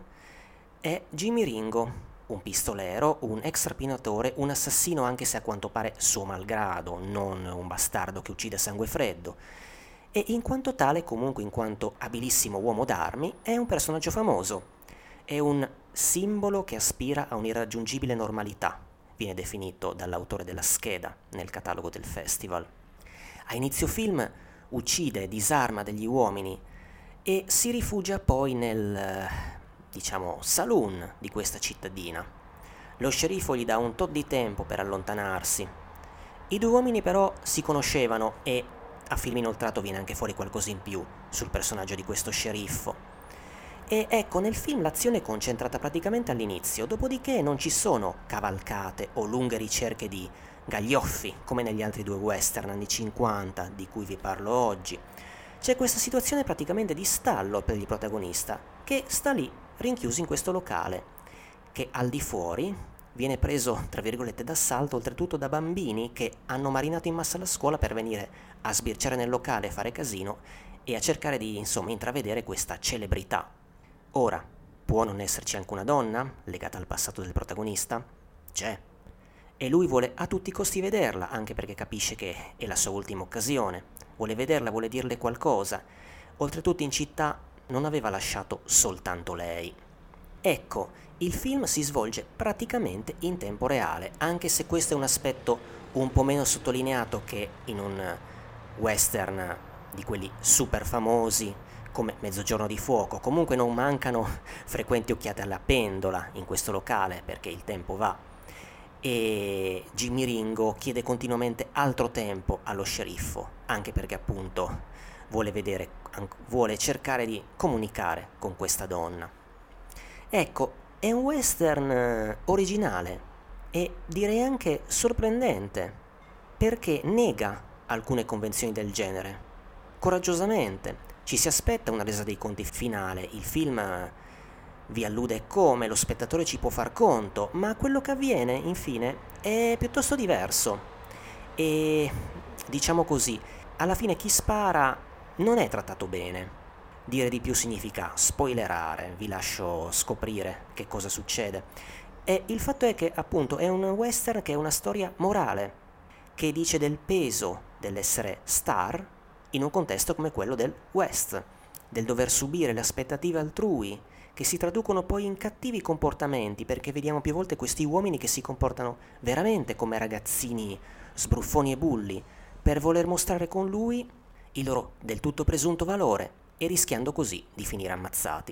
è Jimmy Ringo, un pistolero, un ex rapinatore, un assassino anche se a quanto pare suo malgrado, non un bastardo che uccide a sangue freddo. E in quanto tale, comunque in quanto abilissimo uomo d'armi, è un personaggio famoso. È un simbolo che aspira a un'irraggiungibile normalità, viene definito dall'autore della scheda nel catalogo del festival. A inizio film uccide e disarma degli uomini e si rifugia poi nel, diciamo, saloon di questa cittadina. Lo sceriffo gli dà un tot di tempo per allontanarsi. I due uomini però si conoscevano e a film inoltrato viene anche fuori qualcosa in più sul personaggio di questo sceriffo. E ecco, nel film l'azione è concentrata praticamente all'inizio, dopodiché non ci sono cavalcate o lunghe ricerche di gaglioffi, come negli altri due western anni cinquanta di cui vi parlo oggi. C'è questa situazione praticamente di stallo per il protagonista, che sta lì, rinchiuso in questo locale, che al di fuori viene preso, tra virgolette, d'assalto, oltretutto da bambini che hanno marinato in massa la scuola per venire a sbirciare nel locale, a fare casino e a cercare di, insomma, intravedere questa celebrità. Ora, può non esserci anche una donna legata al passato del protagonista? C'è. E lui vuole a tutti i costi vederla, anche perché capisce che è la sua ultima occasione. Vuole vederla, vuole dirle qualcosa. Oltretutto in città non aveva lasciato soltanto lei. Ecco, il film si svolge praticamente in tempo reale, anche se questo è un aspetto un po' meno sottolineato che in un western di quelli super famosi, come Mezzogiorno di fuoco. Comunque non mancano frequenti occhiate alla pendola in questo locale, perché il tempo va. E Jimmy Ringo chiede continuamente altro tempo allo sceriffo, anche perché appunto vuole vedere, vuole cercare di comunicare con questa donna. Ecco, è un western originale e direi anche sorprendente, perché nega alcune convenzioni del genere, coraggiosamente. Ci si aspetta una resa dei conti finale, il film vi allude come lo spettatore ci può far conto, ma quello che avviene, infine, è piuttosto diverso. E, diciamo così, alla fine chi spara non è trattato bene. Dire di più significa spoilerare, vi lascio scoprire che cosa succede. E il fatto è che, appunto, è un western che è una storia morale, che dice del peso dell'essere star in un contesto come quello del West, del dover subire le aspettative altrui, che si traducono poi in cattivi comportamenti, perché vediamo più volte questi uomini che si comportano veramente come ragazzini sbruffoni e bulli, per voler mostrare con lui il loro del tutto presunto valore, e rischiando così di finire ammazzati.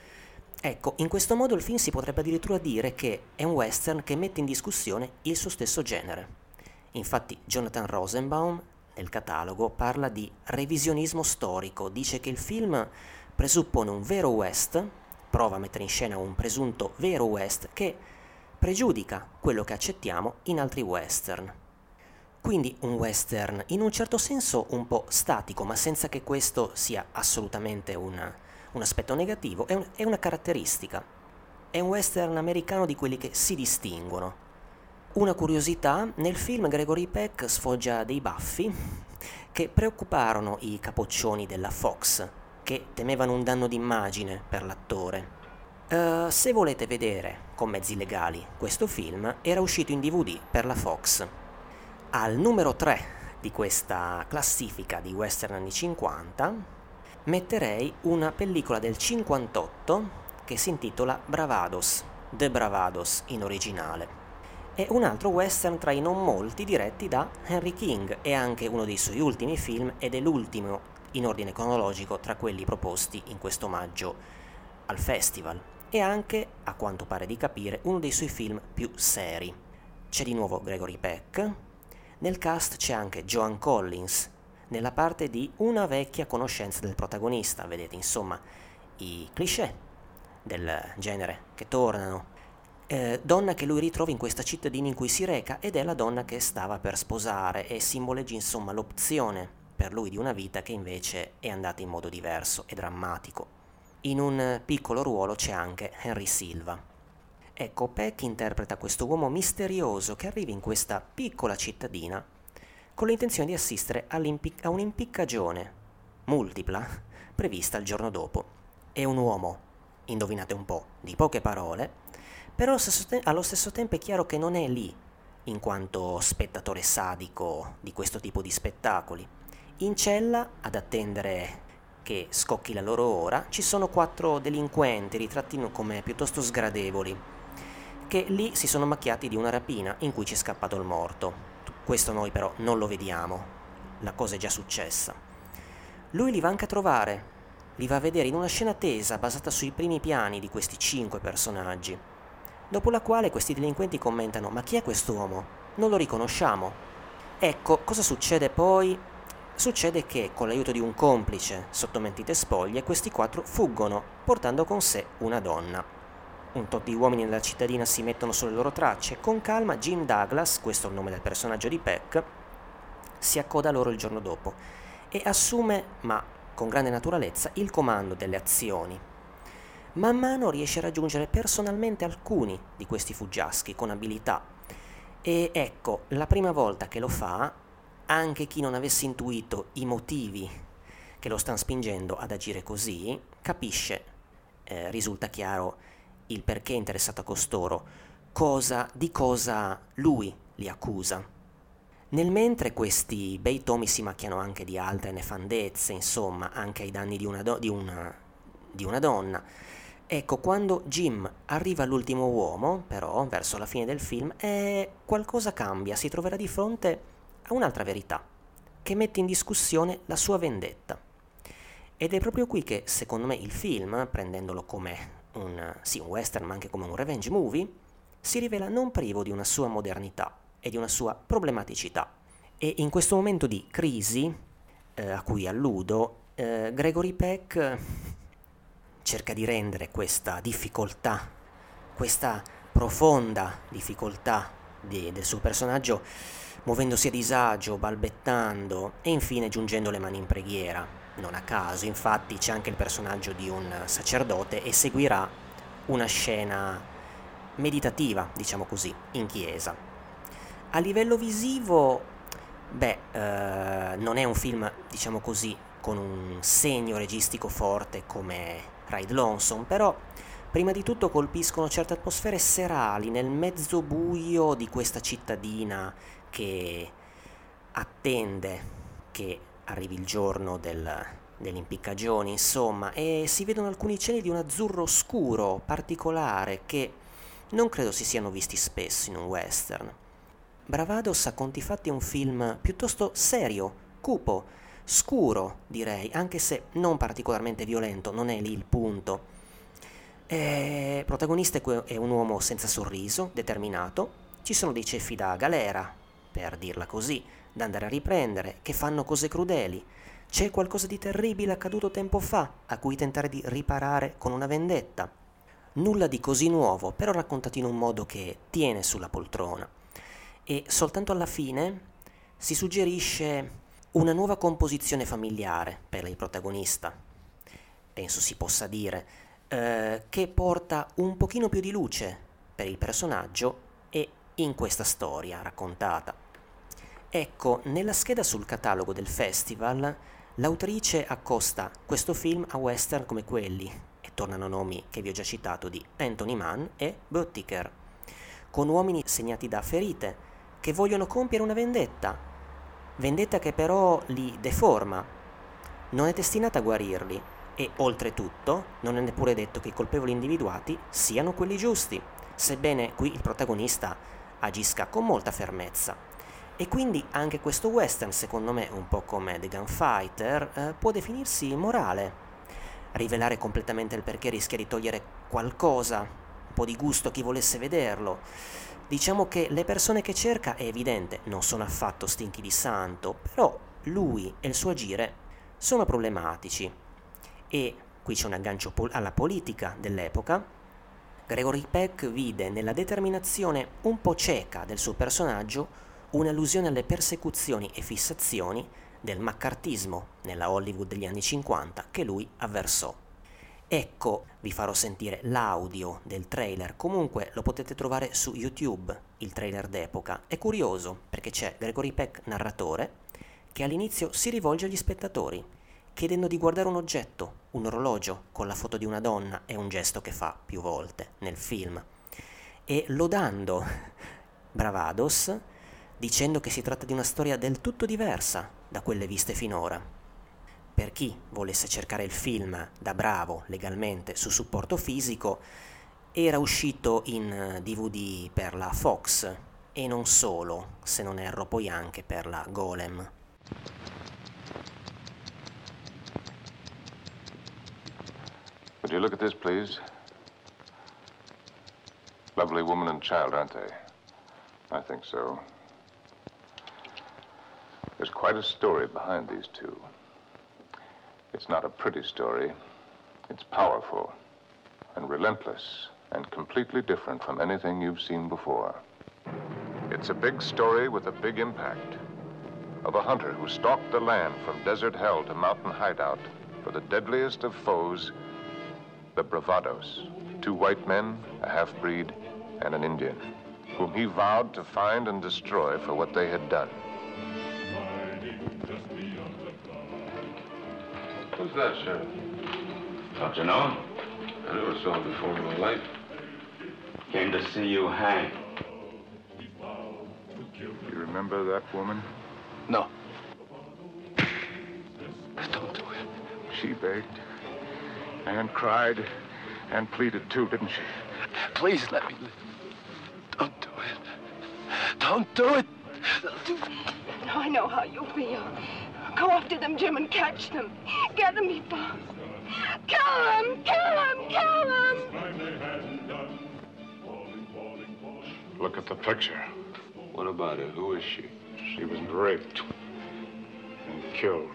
Ecco, in questo modo il film si potrebbe addirittura dire che è un western che mette in discussione il suo stesso genere. Infatti Jonathan Rosenbaum nel catalogo parla di revisionismo storico, dice che il film presuppone un vero West, prova a mettere in scena un presunto vero West che pregiudica quello che accettiamo in altri western. Quindi un western in un certo senso un po' statico, ma senza che questo sia assolutamente una, un aspetto negativo, è, un, è una caratteristica. È un western americano di quelli che si distinguono. Una curiosità, nel film Gregory Peck sfoggia dei baffi che preoccuparono i capoccioni della Fox, che temevano un danno d'immagine per l'attore. Uh, se volete vedere con mezzi legali questo film, era uscito in D V D per la Fox. Al numero tre di questa classifica di western anni cinquanta metterei una pellicola del cinquantotto che si intitola Bravados, The Bravados in originale. È un altro western tra i non molti diretti da Henry King, è anche uno dei suoi ultimi film ed è l'ultimo in ordine cronologico tra quelli proposti in questo omaggio al festival, e anche, a quanto pare di capire, uno dei suoi film più seri. C'è di nuovo Gregory Peck, nel cast c'è anche Joan Collins, nella parte di una vecchia conoscenza del protagonista, vedete insomma i cliché del genere che tornano. Eh, donna che lui ritrova in questa cittadina in cui si reca, ed è la donna che stava per sposare, e simboleggia insomma l'opzione per lui di una vita che invece è andata in modo diverso e drammatico. In un piccolo ruolo c'è anche Henry Silva. Ecco, Peck interpreta questo uomo misterioso che arriva in questa piccola cittadina con l'intenzione di assistere a un'impiccagione multipla prevista il giorno dopo. È un uomo, indovinate un po', di poche parole, però allo stesso tempo è chiaro che non è lì in quanto spettatore sadico di questo tipo di spettacoli. In cella, ad attendere che scocchi la loro ora, ci sono quattro delinquenti ritratti come piuttosto sgradevoli, che lì si sono macchiati di una rapina in cui ci è scappato il morto. Questo noi però non lo vediamo, la cosa è già successa. Lui li va anche a trovare, li va a vedere in una scena tesa basata sui primi piani di questi cinque personaggi, dopo la quale questi delinquenti commentano: ma chi è quest'uomo? Non lo riconosciamo. Ecco, cosa succede poi? Succede che con l'aiuto di un complice sotto mentite spoglie questi quattro fuggono portando con sé una donna. Un tot di uomini nella cittadina si mettono sulle loro tracce. Con calma Jim Douglas, questo è il nome del personaggio di Peck, si accoda a loro il giorno dopo e assume, ma con grande naturalezza, il comando delle azioni. Man mano riesce a raggiungere personalmente alcuni di questi fuggiaschi con abilità, e ecco, la prima volta che lo fa, anche chi non avesse intuito i motivi che lo stanno spingendo ad agire così, capisce, eh, risulta chiaro il perché è interessato a costoro, cosa, di cosa lui li accusa. Nel mentre questi bei tomi si macchiano anche di altre nefandezze, insomma, anche ai danni di una, do- di una, di una donna. Ecco, quando Jim arriva all'ultimo uomo, però, verso la fine del film, eh, qualcosa cambia, si troverà di fronte a un'altra verità, che mette in discussione la sua vendetta. Ed è proprio qui che, secondo me, il film, prendendolo come un, sì, un western, ma anche come un revenge movie, si rivela non privo di una sua modernità e di una sua problematicità. E in questo momento di crisi, eh, a cui alludo, eh, Gregory Peck cerca di rendere questa difficoltà, questa profonda difficoltà di, del suo personaggio, muovendosi a disagio, balbettando e infine giungendo le mani in preghiera. Non a caso, infatti, c'è anche il personaggio di un sacerdote e seguirà una scena meditativa, diciamo così, in chiesa. A livello visivo, beh, eh, non è un film, diciamo così, con un segno registico forte come Ride Lonesome, però prima di tutto colpiscono certe atmosfere serali nel mezzo buio di questa cittadina che attende che arrivi il giorno del, delle impiccagioni, insomma, e si vedono alcuni cieli di un azzurro scuro particolare che non credo si siano visti spesso in un western. Bravados a conti fatti è un film piuttosto serio, cupo, scuro direi, anche se non particolarmente violento, non è lì il punto. Il protagonista è un uomo senza sorriso, determinato, ci sono dei ceffi da galera, per dirla così, da andare a riprendere, che fanno cose crudeli. C'è qualcosa di terribile accaduto tempo fa, a cui tentare di riparare con una vendetta. Nulla di così nuovo, però raccontato in un modo che tiene sulla poltrona. E soltanto alla fine si suggerisce una nuova composizione familiare per il protagonista, penso si possa dire, eh, che porta un pochino più di luce per il personaggio e in questa storia raccontata. Ecco, nella scheda sul catalogo del festival, l'autrice accosta questo film a western come quelli, e tornano nomi che vi ho già citato di Anthony Mann e Buttiker, con uomini segnati da ferite, che vogliono compiere una vendetta, vendetta che però li deforma, non è destinata a guarirli e, oltretutto, non è neppure detto che i colpevoli individuati siano quelli giusti, sebbene qui il protagonista agisca con molta fermezza. E quindi anche questo western, secondo me, un po' come The Gunfighter, eh, può definirsi morale. Rivelare completamente il perché rischia di togliere qualcosa, un po' di gusto a chi volesse vederlo. Diciamo che le persone che cerca, è evidente, non sono affatto stinchi di santo, però lui e il suo agire sono problematici. E qui c'è un aggancio pol- alla politica dell'epoca. Gregory Peck vide nella determinazione un po' cieca del suo personaggio un'allusione alle persecuzioni e fissazioni del maccartismo nella Hollywood degli anni cinquanta che lui avversò. Ecco, vi farò sentire l'audio del trailer, comunque lo potete trovare su YouTube, il trailer d'epoca. È curioso perché c'è Gregory Peck, narratore, che all'inizio si rivolge agli spettatori, chiedendo di guardare un oggetto, un orologio con la foto di una donna, è un gesto che fa più volte nel film, e lodando Bravados, dicendo che si tratta di una storia del tutto diversa da quelle viste finora. Per chi volesse cercare il film da bravo legalmente su supporto fisico, era uscito in D V D per la Fox e non solo, se non erro poi anche per la Golem. Would you look at this, please? Lovely woman and child, aren't they? I think so. There's quite a story behind these two. It's not a pretty story. It's powerful and relentless and completely different from anything you've seen before. It's a big story with a big impact of a hunter who stalked the land from desert hell to mountain hideout for the deadliest of foes, the Bravados, two white men, a half-breed, and an Indian, whom he vowed to find and destroy for what they had done. Who's that, Sheriff? Don't you know him? I never saw him before in my life. Came to see you hang. You remember that woman? No. Don't do it. She begged and cried and pleaded too, didn't she? Please let me live. Don't do it. Don't do it. Do... I know how you feel. Go after them, Jim, and catch them. Get them before. Kill them! Kill them! Kill them! Look at the picture. What about her? Who is she? She was raped and killed.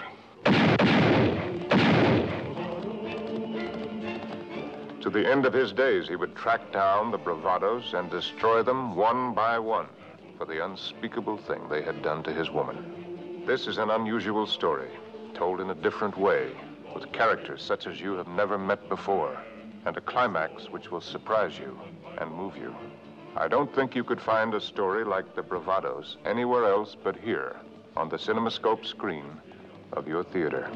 To the end of his days, he would track down the Bravados and destroy them one by one for the unspeakable thing they had done to his woman. This is an unusual story, told in a different way, with characters such as you have never met before, and a climax which will surprise you and move you. I don't think you could find a story like the Bravados anywhere else but here, on the CinemaScope screen of your theater.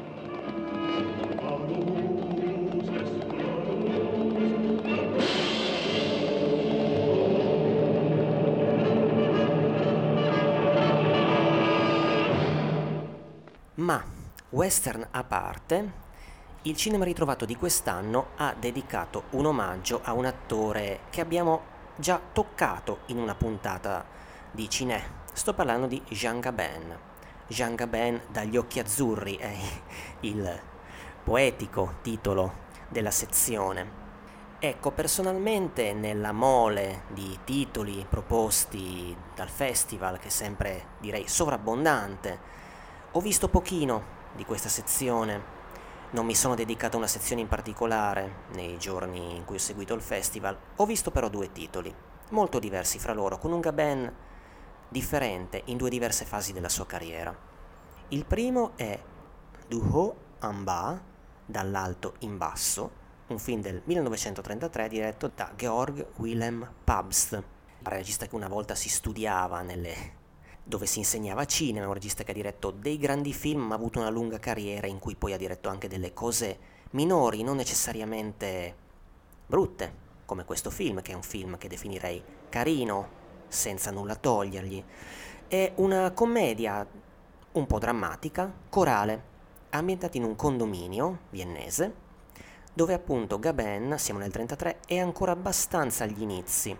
Ma, western a parte, il Cinema Ritrovato di quest'anno ha dedicato un omaggio a un attore che abbiamo già toccato in una puntata di Cinè. Sto parlando di Jean Gabin. Jean Gabin dagli occhi azzurri è il poetico titolo della sezione. Ecco, personalmente nella mole di titoli proposti dal festival, che è sempre, direi, sovrabbondante, ho visto pochino di questa sezione. Non mi sono dedicato a una sezione in particolare nei giorni in cui ho seguito il festival. Ho visto però due titoli, molto diversi fra loro, con un Gabin differente in due diverse fasi della sua carriera. Il primo è Du haut en bas, dall'alto in basso, un film del millenovecentotrentatré diretto da Georg Wilhelm Pabst, un regista che una volta si studiava nelle... dove si insegnava cinema, un regista che ha diretto dei grandi film ma ha avuto una lunga carriera in cui poi ha diretto anche delle cose minori, non necessariamente brutte, come questo film, che è un film che definirei carino, senza nulla togliergli. È una commedia un po' drammatica, corale, ambientati in un condominio viennese, dove appunto Gabin, siamo nel trentatré, è ancora abbastanza agli inizi.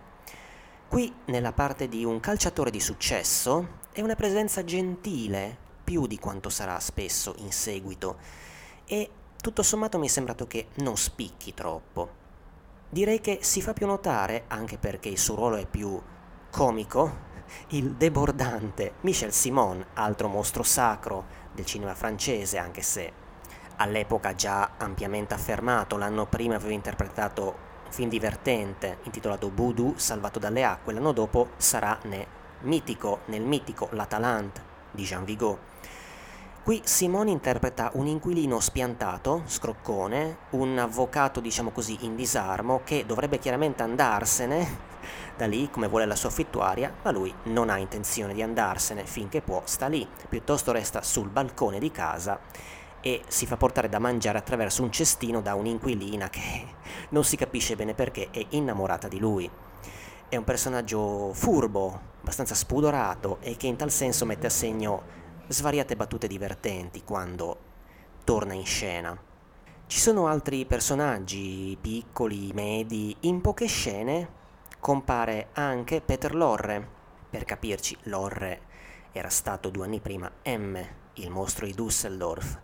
Qui, nella parte di un calciatore di successo, è una presenza gentile, più di quanto sarà spesso in seguito, e tutto sommato mi è sembrato che non spicchi troppo. Direi che si fa più notare, anche perché il suo ruolo è più comico, il debordante Michel Simon, altro mostro sacro del cinema francese, anche se all'epoca già ampiamente affermato. L'anno prima aveva interpretato un film divertente intitolato Boudou, salvato dalle acque. L'anno dopo sarà ne mitico, nel mitico L'Atalante di Jean Vigo. Qui Simone interpreta un inquilino spiantato, scroccone, un avvocato, diciamo così, in disarmo, che dovrebbe chiaramente andarsene da lì come vuole la sua affittuaria, ma lui non ha intenzione di andarsene finché può, sta lì, piuttosto resta sul balcone di casa e si fa portare da mangiare attraverso un cestino da un'inquilina che non si capisce bene perché è innamorata di lui. È un personaggio furbo, abbastanza spudorato e che in tal senso mette a segno svariate battute divertenti quando torna in scena. Ci sono altri personaggi piccoli, medi, in poche scene compare anche Peter Lorre. Per capirci, Lorre era stato due anni prima M, il mostro di Düsseldorf,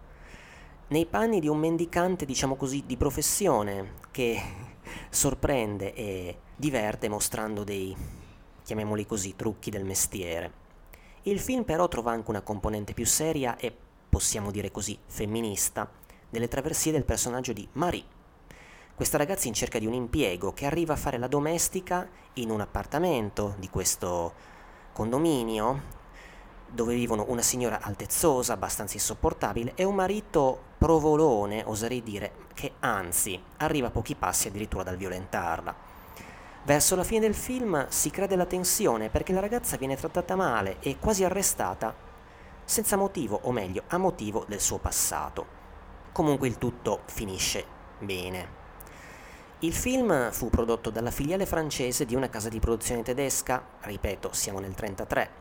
nei panni di un mendicante, diciamo così, di professione, che sorprende e diverte mostrando dei, chiamiamoli così, trucchi del mestiere. Il film però trova anche una componente più seria e, possiamo dire così, femminista, nelle traversie del personaggio di Marie, questa ragazza in cerca di un impiego che arriva a fare la domestica in un appartamento di questo condominio dove vivono una signora altezzosa, abbastanza insopportabile, e un marito provolone, oserei dire, che anzi arriva a pochi passi addirittura dal violentarla. Verso la fine del film si crea della tensione perché la ragazza viene trattata male e quasi arrestata senza motivo, o meglio, a motivo del suo passato. Comunque il tutto finisce bene. Il film fu prodotto dalla filiale francese di una casa di produzione tedesca, ripeto, siamo nel trentatré,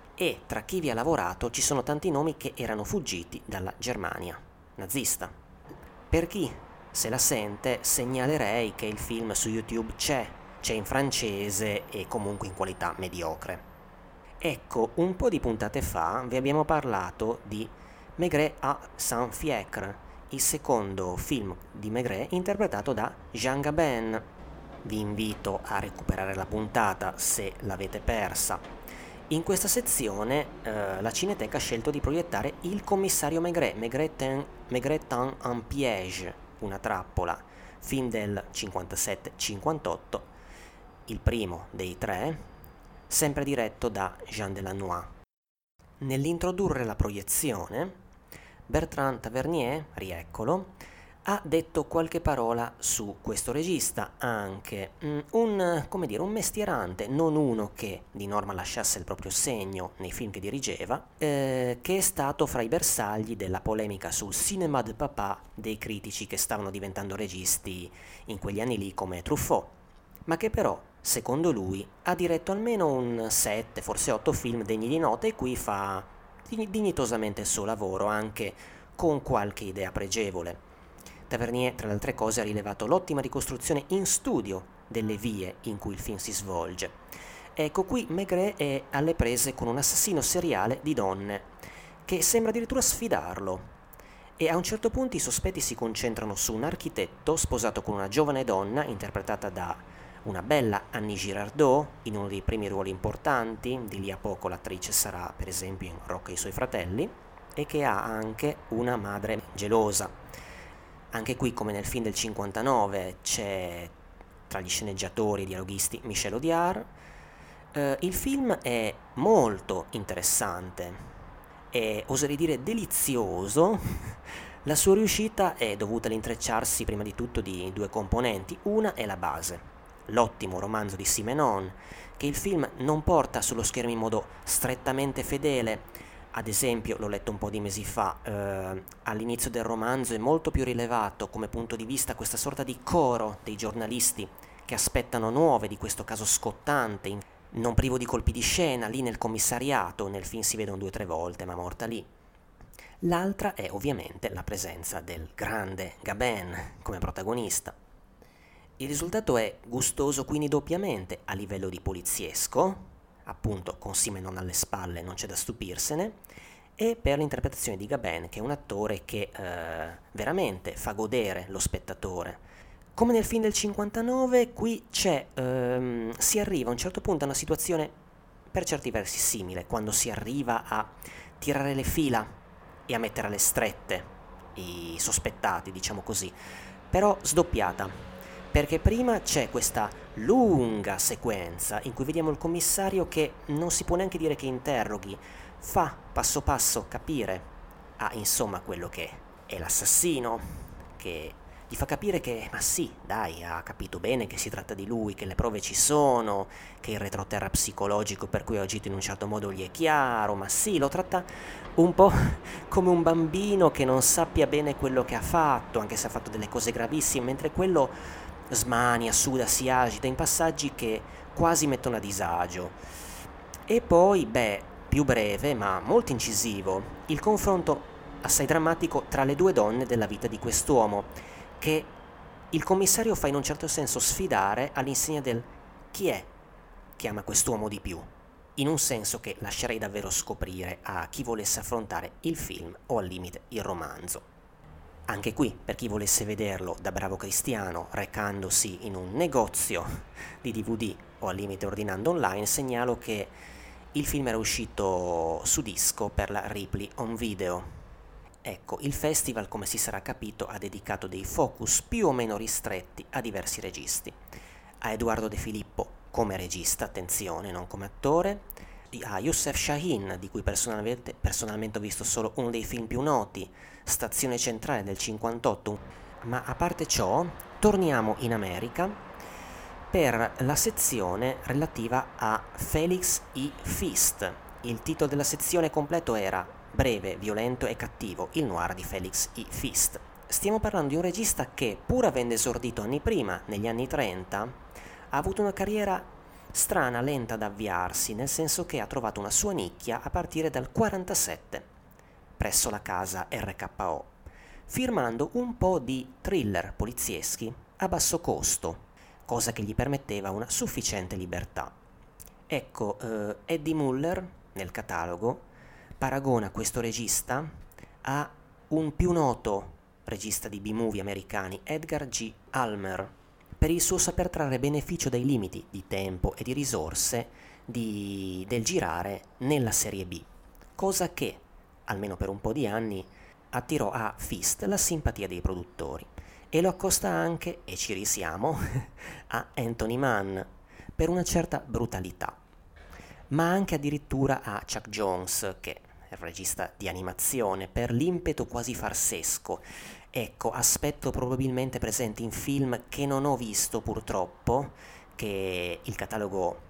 e tra chi vi ha lavorato ci sono tanti nomi che erano fuggiti dalla Germania nazista. Per chi se la sente, segnalerei che il film su YouTube c'è, c'è in francese e comunque in qualità mediocre. Ecco, un po' di puntate fa vi abbiamo parlato di Maigret à Saint-Fiacre, il secondo film di Maigret interpretato da Jean Gabin. Vi invito a recuperare la puntata se l'avete persa. In questa sezione eh, la Cineteca ha scelto di proiettare Il commissario Maigret, Maigret en, Maigret en un piège, una trappola, film del cinquantasette cinquantotto, il primo dei tre, sempre diretto da Jean Delannoy. Nell'introdurre la proiezione, Bertrand Tavernier, rieccolo, ha detto qualche parola su questo regista, anche mm, un, come dire, un mestierante, non uno che di norma lasciasse il proprio segno nei film che dirigeva, eh, che è stato fra i bersagli della polemica sul cinéma de papa dei critici che stavano diventando registi in quegli anni lì come Truffaut, ma che però, secondo lui, ha diretto almeno un sette, forse otto film degni di nota e qui fa dignitosamente il suo lavoro, anche con qualche idea pregevole. Tavernier, tra le altre cose, ha rilevato l'ottima ricostruzione in studio delle vie in cui il film si svolge. Ecco, qui Maigret è alle prese con un assassino seriale di donne, che sembra addirittura sfidarlo. E a un certo punto i sospetti si concentrano su un architetto sposato con una giovane donna, interpretata da una bella Annie Girardot, in uno dei primi ruoli importanti, di lì a poco l'attrice sarà per esempio in Rocco e i suoi fratelli, e che ha anche una madre gelosa. Anche qui, come nel film del cinquantanove, c'è tra gli sceneggiatori e dialoghisti Michel Audiard. Eh, il film è molto interessante e oserei dire delizioso. La sua riuscita è dovuta all'intrecciarsi prima di tutto di due componenti. Una è la base, l'ottimo romanzo di Simenon, che il film non porta sullo schermo in modo strettamente fedele. Ad esempio, l'ho letto un po' di mesi fa, eh, all'inizio del romanzo è molto più rilevato come punto di vista questa sorta di coro dei giornalisti che aspettano nuove di questo caso scottante, non privo di colpi di scena, lì nel commissariato. Nel film si vedono due o tre volte, ma morta lì. L'altra è ovviamente la presenza del grande Gabin come protagonista. Il risultato è gustoso quindi doppiamente a livello di poliziesco, appunto con Simenon alle spalle non c'è da stupirsene, e per l'interpretazione di Gabin, che è un attore che eh, veramente fa godere lo spettatore. Come nel film del cinquantanove, qui c'è, ehm, si arriva a un certo punto a una situazione per certi versi simile, quando si arriva a tirare le fila e a mettere alle strette i sospettati, diciamo così, però sdoppiata. Perché prima c'è questa lunga sequenza in cui vediamo il commissario che non si può neanche dire che interroghi, fa passo passo capire a insomma quello che è l'assassino, che gli fa capire che ma sì, dai, ha capito bene che si tratta di lui, che le prove ci sono, che il retroterra psicologico per cui ha agito in un certo modo gli è chiaro, ma sì, lo tratta un po' come un bambino che non sappia bene quello che ha fatto, anche se ha fatto delle cose gravissime, mentre quello smania, suda, si agita in passaggi che quasi mettono a disagio. E poi, beh, più breve ma molto incisivo, il confronto assai drammatico tra le due donne della vita di quest'uomo, che il commissario fa in un certo senso sfidare all'insegna del chi è che ama quest'uomo di più, in un senso che lascerei davvero scoprire a chi volesse affrontare il film o al limite il romanzo. Anche qui, per chi volesse vederlo da bravo cristiano, recandosi in un negozio di D V D o al limite ordinando online, segnalo che il film era uscito su disco per la Ripley Home Video. Ecco, il festival, come si sarà capito, ha dedicato dei focus più o meno ristretti a diversi registi. A Edoardo De Filippo come regista, attenzione, non come attore, a Youssef Chahine, di cui personalmente, personalmente ho visto solo uno dei film più noti, Stazione Centrale del cinquantotto, ma a parte ciò, torniamo in America per la sezione relativa a Felix E. Feast. Il titolo della sezione completo era Breve, violento e cattivo, il noir di Felix E. Feast. Stiamo parlando di un regista che, pur avendo esordito anni prima, negli anni trenta, ha avuto una carriera strana, lenta ad avviarsi, nel senso che ha trovato una sua nicchia a partire dal quarantasette, presso la casa R K O, firmando un po' di thriller polizieschi a basso costo, cosa che gli permetteva una sufficiente libertà. Ecco, eh, Eddie Muller, nel catalogo, paragona questo regista a un più noto regista di B-movie americani, Edgar G. Ulmer, per il suo saper trarre beneficio dai limiti di tempo e di risorse di, del girare nella serie B, cosa che, almeno per un po' di anni, attirò a Feast la simpatia dei produttori e lo accosta anche, e ci risiamo, a Anthony Mann per una certa brutalità, ma anche addirittura a Chuck Jones, che è il regista di animazione, per l'impeto quasi farsesco. Ecco, aspetto probabilmente presente in film che non ho visto purtroppo, che il catalogo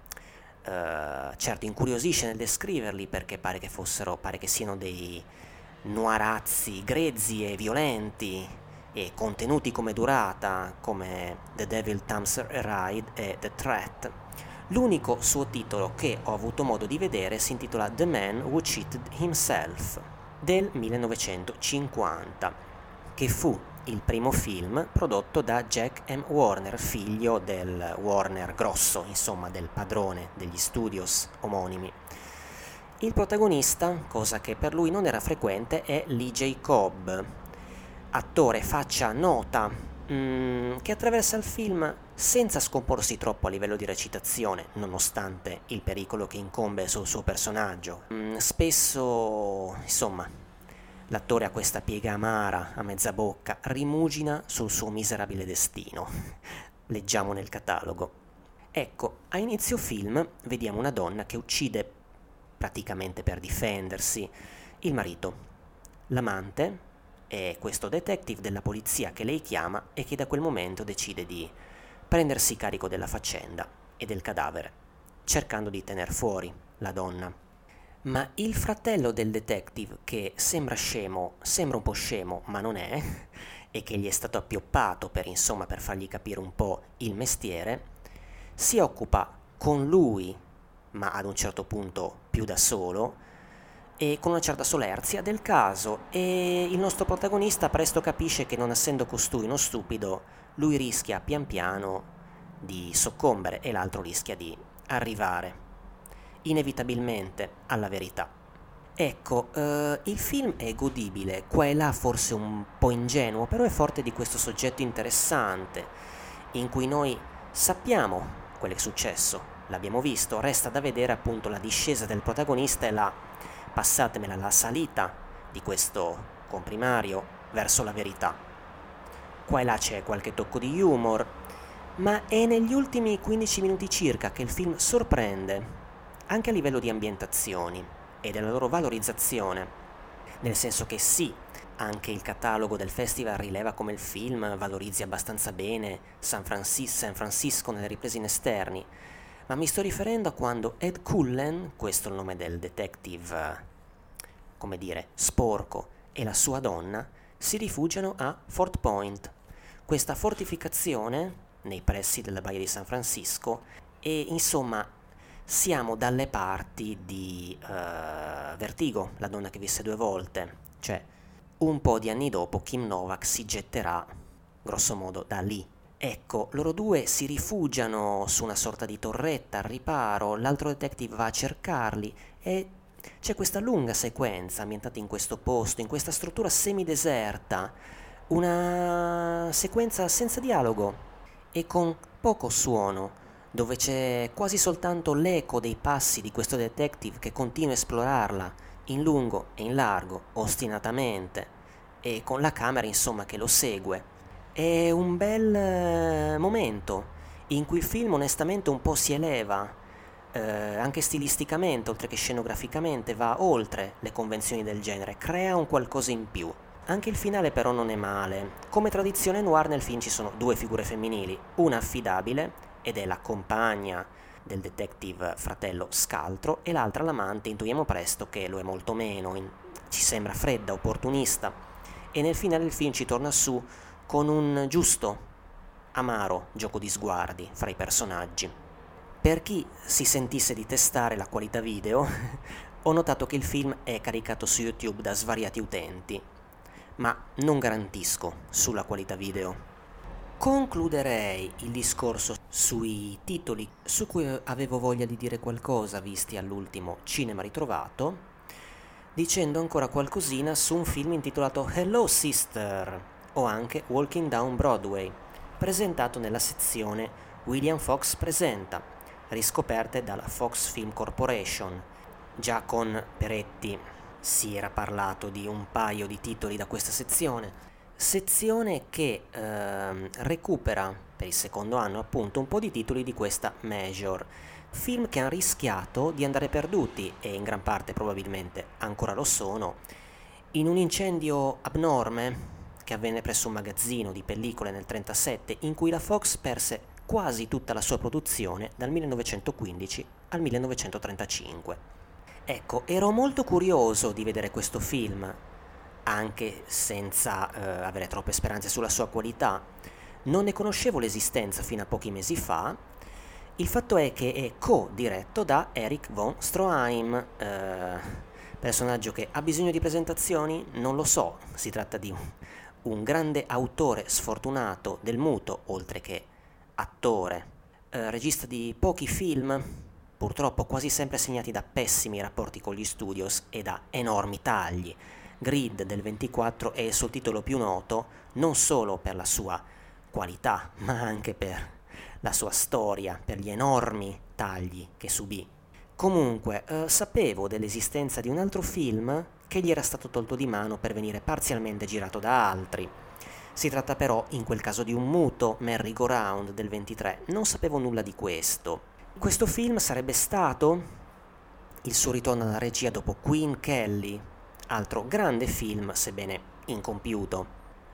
eh, certo incuriosisce nel descriverli, perché pare che fossero, pare che siano dei noirazzi grezzi e violenti e contenuti come durata, come The Devil Comes a Ride e The Threat. L'unico suo titolo che ho avuto modo di vedere si intitola The Man Who Cheated Himself, del millenovecentocinquanta, che fu il primo film prodotto da Jack M. Warner, figlio del Warner grosso, insomma del padrone degli studios omonimi. Il protagonista, cosa che per lui non era frequente, è Lee J. Cobb, attore faccia nota, mm, che attraversa il film senza scomporsi troppo a livello di recitazione, nonostante il pericolo che incombe sul suo personaggio. Mm, spesso, insomma, l'attore ha questa piega amara, a mezza bocca, rimugina sul suo miserabile destino. Leggiamo nel catalogo. Ecco, a inizio film vediamo una donna che uccide, praticamente per difendersi, il marito. L'amante è questo detective della polizia che lei chiama e che da quel momento decide di prendersi carico della faccenda e del cadavere, cercando di tener fuori la donna. Ma il fratello del detective, che sembra scemo, sembra un po' scemo, ma non è, e che gli è stato appioppato per, insomma, per fargli capire un po' il mestiere, si occupa con lui, ma ad un certo punto più da solo, e con una certa solerzia del caso, e il nostro protagonista presto capisce che, non essendo costui uno stupido, lui rischia pian piano di soccombere e l'altro rischia di arrivare inevitabilmente alla verità. Ecco, eh, il film è godibile, qua e là forse un po' ingenuo, però è forte di questo soggetto interessante, in cui noi sappiamo quello che è successo, l'abbiamo visto, resta da vedere appunto la discesa del protagonista e la, passatemela, la salita di questo comprimario verso la verità. Qua e là c'è qualche tocco di humor, ma è negli ultimi quindici minuti circa che il film sorprende, anche a livello di ambientazioni e della loro valorizzazione, nel senso che sì, anche il catalogo del festival rileva come il film valorizzi abbastanza bene San, Francis- San Francisco nelle riprese in esterni, ma mi sto riferendo a quando Ed Cullen, questo è il nome del detective, come dire, sporco, e la sua donna si rifugiano a Fort Point, questa fortificazione nei pressi della baia di San Francisco, e insomma siamo dalle parti di uh, Vertigo, la donna che visse due volte, cioè un po' di anni dopo Kim Novak si getterà grosso modo da lì. Ecco, loro due si rifugiano su una sorta di torretta al riparo, l'altro detective va a cercarli e c'è questa lunga sequenza ambientata in questo posto, in questa struttura semideserta, una sequenza senza dialogo e con poco suono, dove c'è quasi soltanto l'eco dei passi di questo detective che continua a esplorarla in lungo e in largo, ostinatamente, e con la camera insomma che lo segue. È un bel eh, momento in cui il film onestamente un po' si eleva, eh, anche stilisticamente, oltre che scenograficamente, va oltre le convenzioni del genere, crea un qualcosa in più. Anche il finale però non è male. Come tradizione noir nel film ci sono due figure femminili, una affidabile, ed è la compagna del detective fratello scaltro, e l'altra l'amante, intuiamo presto che lo è molto meno, in, ci sembra fredda, opportunista, e nel finale il film ci torna su con un giusto, amaro gioco di sguardi fra i personaggi. Per chi si sentisse di testare la qualità video, ho notato che il film è caricato su YouTube da svariati utenti, ma non garantisco sulla qualità video. Concluderei il discorso sui titoli su cui avevo voglia di dire qualcosa visti all'ultimo Cinema Ritrovato, dicendo ancora qualcosina su un film intitolato Hello Sister, o anche Walking Down Broadway, presentato nella sezione William Fox Presenta, riscoperte dalla Fox Film Corporation. Già con Peretti si era parlato di un paio di titoli da questa sezione, sezione che ehm, recupera per il secondo anno appunto un po' di titoli di questa major, film che hanno rischiato di andare perduti, e in gran parte probabilmente ancora lo sono, in un incendio abnorme che avvenne presso un magazzino di pellicole nel trentasette, in cui la Fox perse quasi tutta la sua produzione dal millenovecentoquindici al millenovecentotrentacinque. Ecco, ero molto curioso di vedere questo film, anche senza eh, avere troppe speranze sulla sua qualità. Non ne conoscevo l'esistenza fino a pochi mesi fa. Il fatto è che è co-diretto da Erich von Stroheim, eh, personaggio che ha bisogno di presentazioni? Non lo so, si tratta di un, un grande autore sfortunato del muto, oltre che attore, eh, regista di pochi film, purtroppo quasi sempre segnati da pessimi rapporti con gli studios e da enormi tagli. Grid del ventiquattro è il suo titolo più noto, non solo per la sua qualità, ma anche per la sua storia, per gli enormi tagli che subì. Comunque, eh, sapevo dell'esistenza di un altro film che gli era stato tolto di mano per venire parzialmente girato da altri. Si tratta però in quel caso di un muto Merry Go Round del ventitré, non sapevo nulla di questo. Questo film sarebbe stato il suo ritorno alla regia dopo Queen Kelly, altro grande film sebbene incompiuto,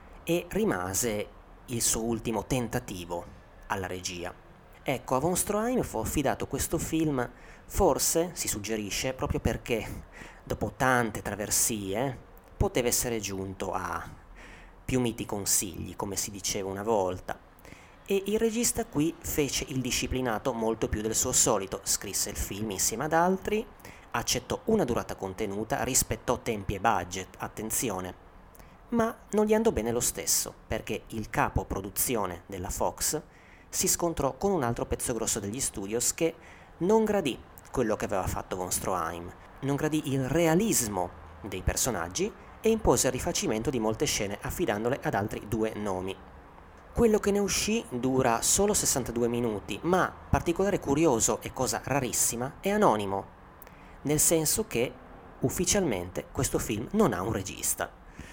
e rimase il suo ultimo tentativo alla regia. Ecco, a von Stroheim fu affidato questo film, forse, si suggerisce, proprio perché dopo tante traversie poteva essere giunto a più miti consigli, come si diceva una volta. E il regista qui fece il disciplinato molto più del suo solito, scrisse il film insieme ad altri, accettò una durata contenuta, rispettò tempi e budget, attenzione, ma non gli andò bene lo stesso, perché il capo produzione della Fox si scontrò con un altro pezzo grosso degli studios che non gradì quello che aveva fatto von Stroheim, non gradì il realismo dei personaggi e impose il rifacimento di molte scene affidandole ad altri due nomi. Quello che ne uscì dura solo sessantadue minuti, ma particolare curioso e cosa rarissima è anonimo, nel senso che ufficialmente questo film non ha un regista.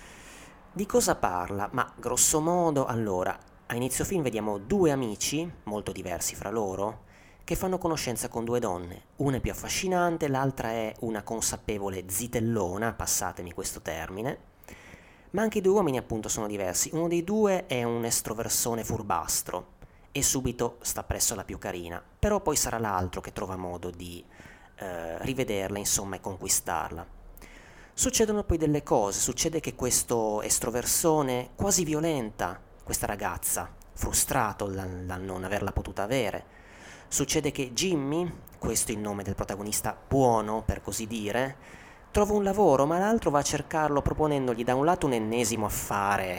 Di cosa parla? Ma grosso modo, allora, a inizio film vediamo due amici, molto diversi fra loro, che fanno conoscenza con due donne. Una è più affascinante, l'altra è una consapevole zitellona, passatemi questo termine. Ma anche i due uomini appunto sono diversi. Uno dei due è un estroversone furbastro e subito sta presso la più carina, però poi sarà l'altro che trova modo di eh, rivederla, insomma, e conquistarla. Succedono poi delle cose, succede che questo estroversone quasi violenta questa ragazza, frustrato dal, dal non averla potuta avere. Succede che Jimmy, questo è il nome del protagonista buono per così dire, trova un lavoro, ma l'altro va a cercarlo proponendogli da un lato un ennesimo affare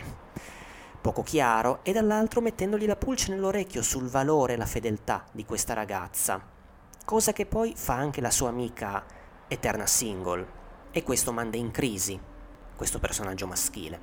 poco chiaro e dall'altro mettendogli la pulce nell'orecchio sul valore e la fedeltà di questa ragazza, cosa che poi fa anche la sua amica eterna single, e questo manda in crisi questo personaggio maschile.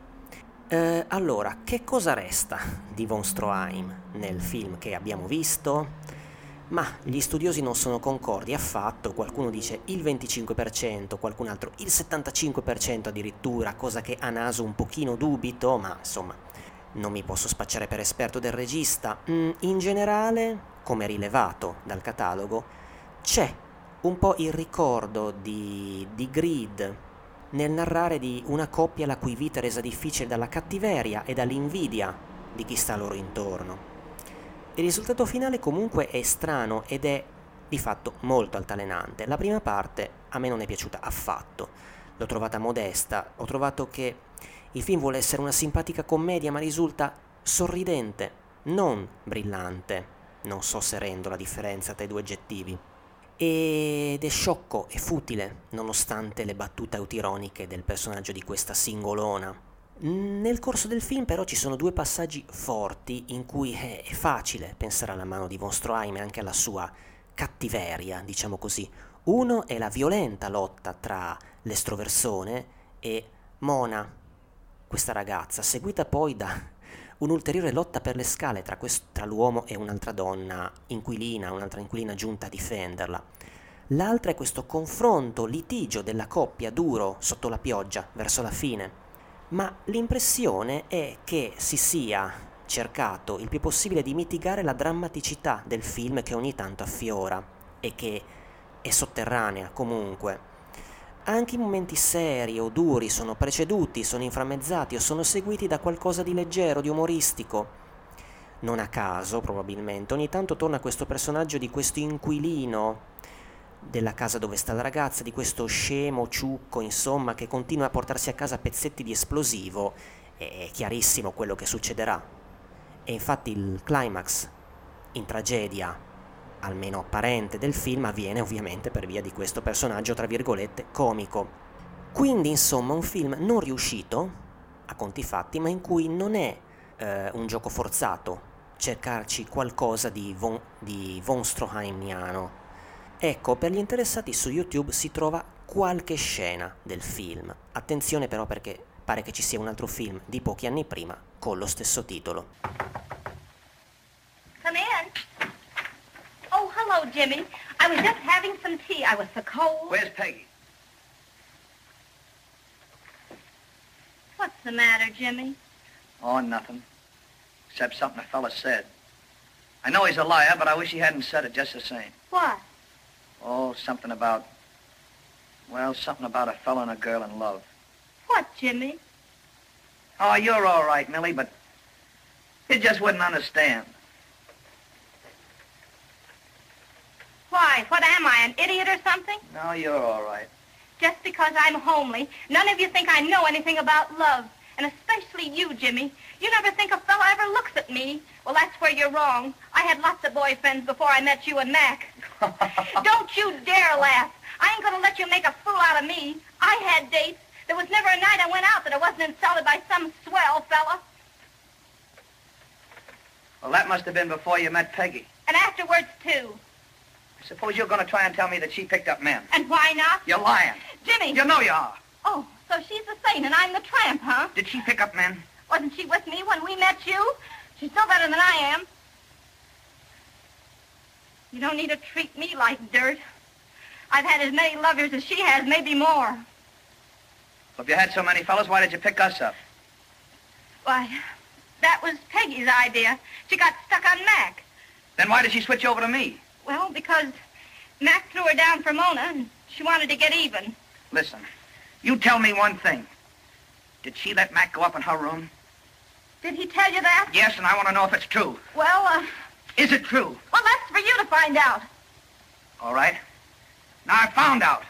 Eh, allora, che cosa resta di von Stroheim nel film che abbiamo visto? Ma gli studiosi non sono concordi affatto, qualcuno dice il venticinque per cento, qualcun altro il settantacinque per cento addirittura, cosa che a naso un pochino dubito, ma insomma non mi posso spacciare per esperto del regista. Mm, in generale, come rilevato dal catalogo, c'è un po' il ricordo di, di Greed nel narrare di una coppia la cui vita è resa difficile dalla cattiveria e dall'invidia di chi sta loro intorno. Il risultato finale comunque è strano ed è di fatto molto altalenante. La prima parte a me non è piaciuta affatto, l'ho trovata modesta, ho trovato che il film vuole essere una simpatica commedia ma risulta sorridente, non brillante, non so se rendo la differenza tra i due aggettivi, ed è sciocco e futile nonostante le battute autironiche del personaggio di questa singolona. Nel corso del film però ci sono due passaggi forti in cui è facile pensare alla mano di von Stroheim e anche alla sua cattiveria, diciamo così. Uno è la violenta lotta tra l'estroversone e Mona, questa ragazza, seguita poi da un'ulteriore lotta per le scale tra, quest- tra l'uomo e un'altra donna inquilina, un'altra inquilina giunta a difenderla. L'altra è questo confronto, litigio della coppia duro sotto la pioggia verso la fine. Ma l'impressione è che si sia cercato il più possibile di mitigare la drammaticità del film che ogni tanto affiora e che è sotterranea comunque. Anche i momenti seri o duri sono preceduti, sono inframmezzati o sono seguiti da qualcosa di leggero, di umoristico. Non a caso, probabilmente, ogni tanto torna questo personaggio di questo inquilino della casa dove sta la ragazza, di questo scemo ciucco, insomma, che continua a portarsi a casa pezzetti di esplosivo. È chiarissimo quello che succederà. E infatti il climax in tragedia, almeno apparente, del film avviene ovviamente per via di questo personaggio, tra virgolette, comico. Quindi, insomma, un film non riuscito, a conti fatti, ma in cui non è eh, un gioco forzato cercarci qualcosa di von, di von Stroheimiano. Ecco, per gli interessati su YouTube si trova qualche scena del film. Attenzione però perché pare che ci sia un altro film di pochi anni prima con lo stesso titolo. Come in. Oh, hello, Jimmy. I was just having some tea. I was so cold. Where's Peggy? What's the matter, Jimmy? Oh, nothing. Except something a fella said. I know he's a liar, but I wish he hadn't said it just the same. What? Oh, something about, well, something about a fella and a girl in love. What, Jimmy? Oh, you're all right, Millie, but you just wouldn't understand. Why? What am I, an idiot or something? No, you're all right. Just because I'm homely, none of you think I know anything about love. And especially you, Jimmy. You never think a fella ever looks at me. Well, that's where you're wrong. I had lots of boyfriends before I met you and Mac. Don't you dare laugh. I ain't gonna let you make a fool out of me. I had dates. There was never a night I went out that I wasn't insulted by some swell fella. Well, that must have been before you met Peggy. And afterwards, too. I suppose you're going to try and tell me that she picked up men. And why not? You're lying. Jimmy! You know you are. Oh, so she's the saint and I'm the tramp, huh? Did she pick up men? Wasn't she with me when we met you? She's no better than I am. You don't need to treat me like dirt. I've had as many lovers as she has, maybe more. Well, if you had so many fellas, why did you pick us up? Why, that was Peggy's idea. She got stuck on Mac. Then why did she switch over to me? Well, because Mac threw her down for Mona, and she wanted to get even. Listen, you tell me one thing. Did she let Mac go up in her room? Did he tell you that? Yes, and I want to know if it's true. Well, uh... Is it true? Well, that's for you to find out. All right. Now I found out.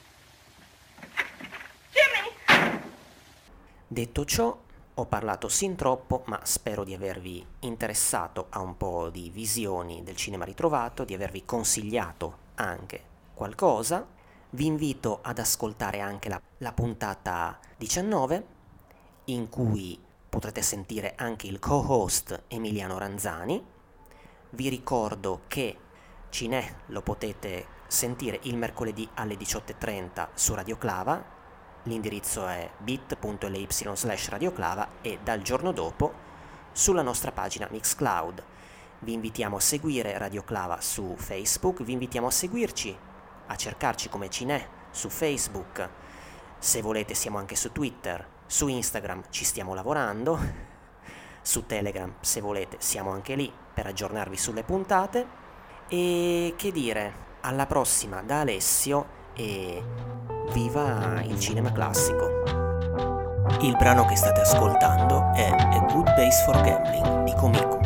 Jimmy! Detto ciò, ho parlato sin troppo, ma spero di avervi interessato a un po' di visioni del cinema ritrovato, di avervi consigliato anche qualcosa. Vi invito ad ascoltare anche la, la puntata diciannove, in cui potrete sentire anche il co-host Emiliano Ranzani. Vi ricordo che Cinè lo potete sentire il mercoledì alle diciotto e trenta su Radioclava, l'indirizzo è bit.ly slash radioclava, e dal giorno dopo sulla nostra pagina Mixcloud. Vi invitiamo a seguire Radioclava su Facebook, vi invitiamo a seguirci, a cercarci come Cinè su Facebook, se volete siamo anche su Twitter, su Instagram ci stiamo lavorando, su Telegram se volete siamo anche lì per aggiornarvi sulle puntate. E che dire, alla prossima da Alessio e viva il cinema classico. Il brano che state ascoltando è A Good Base for Gambling di Komiku.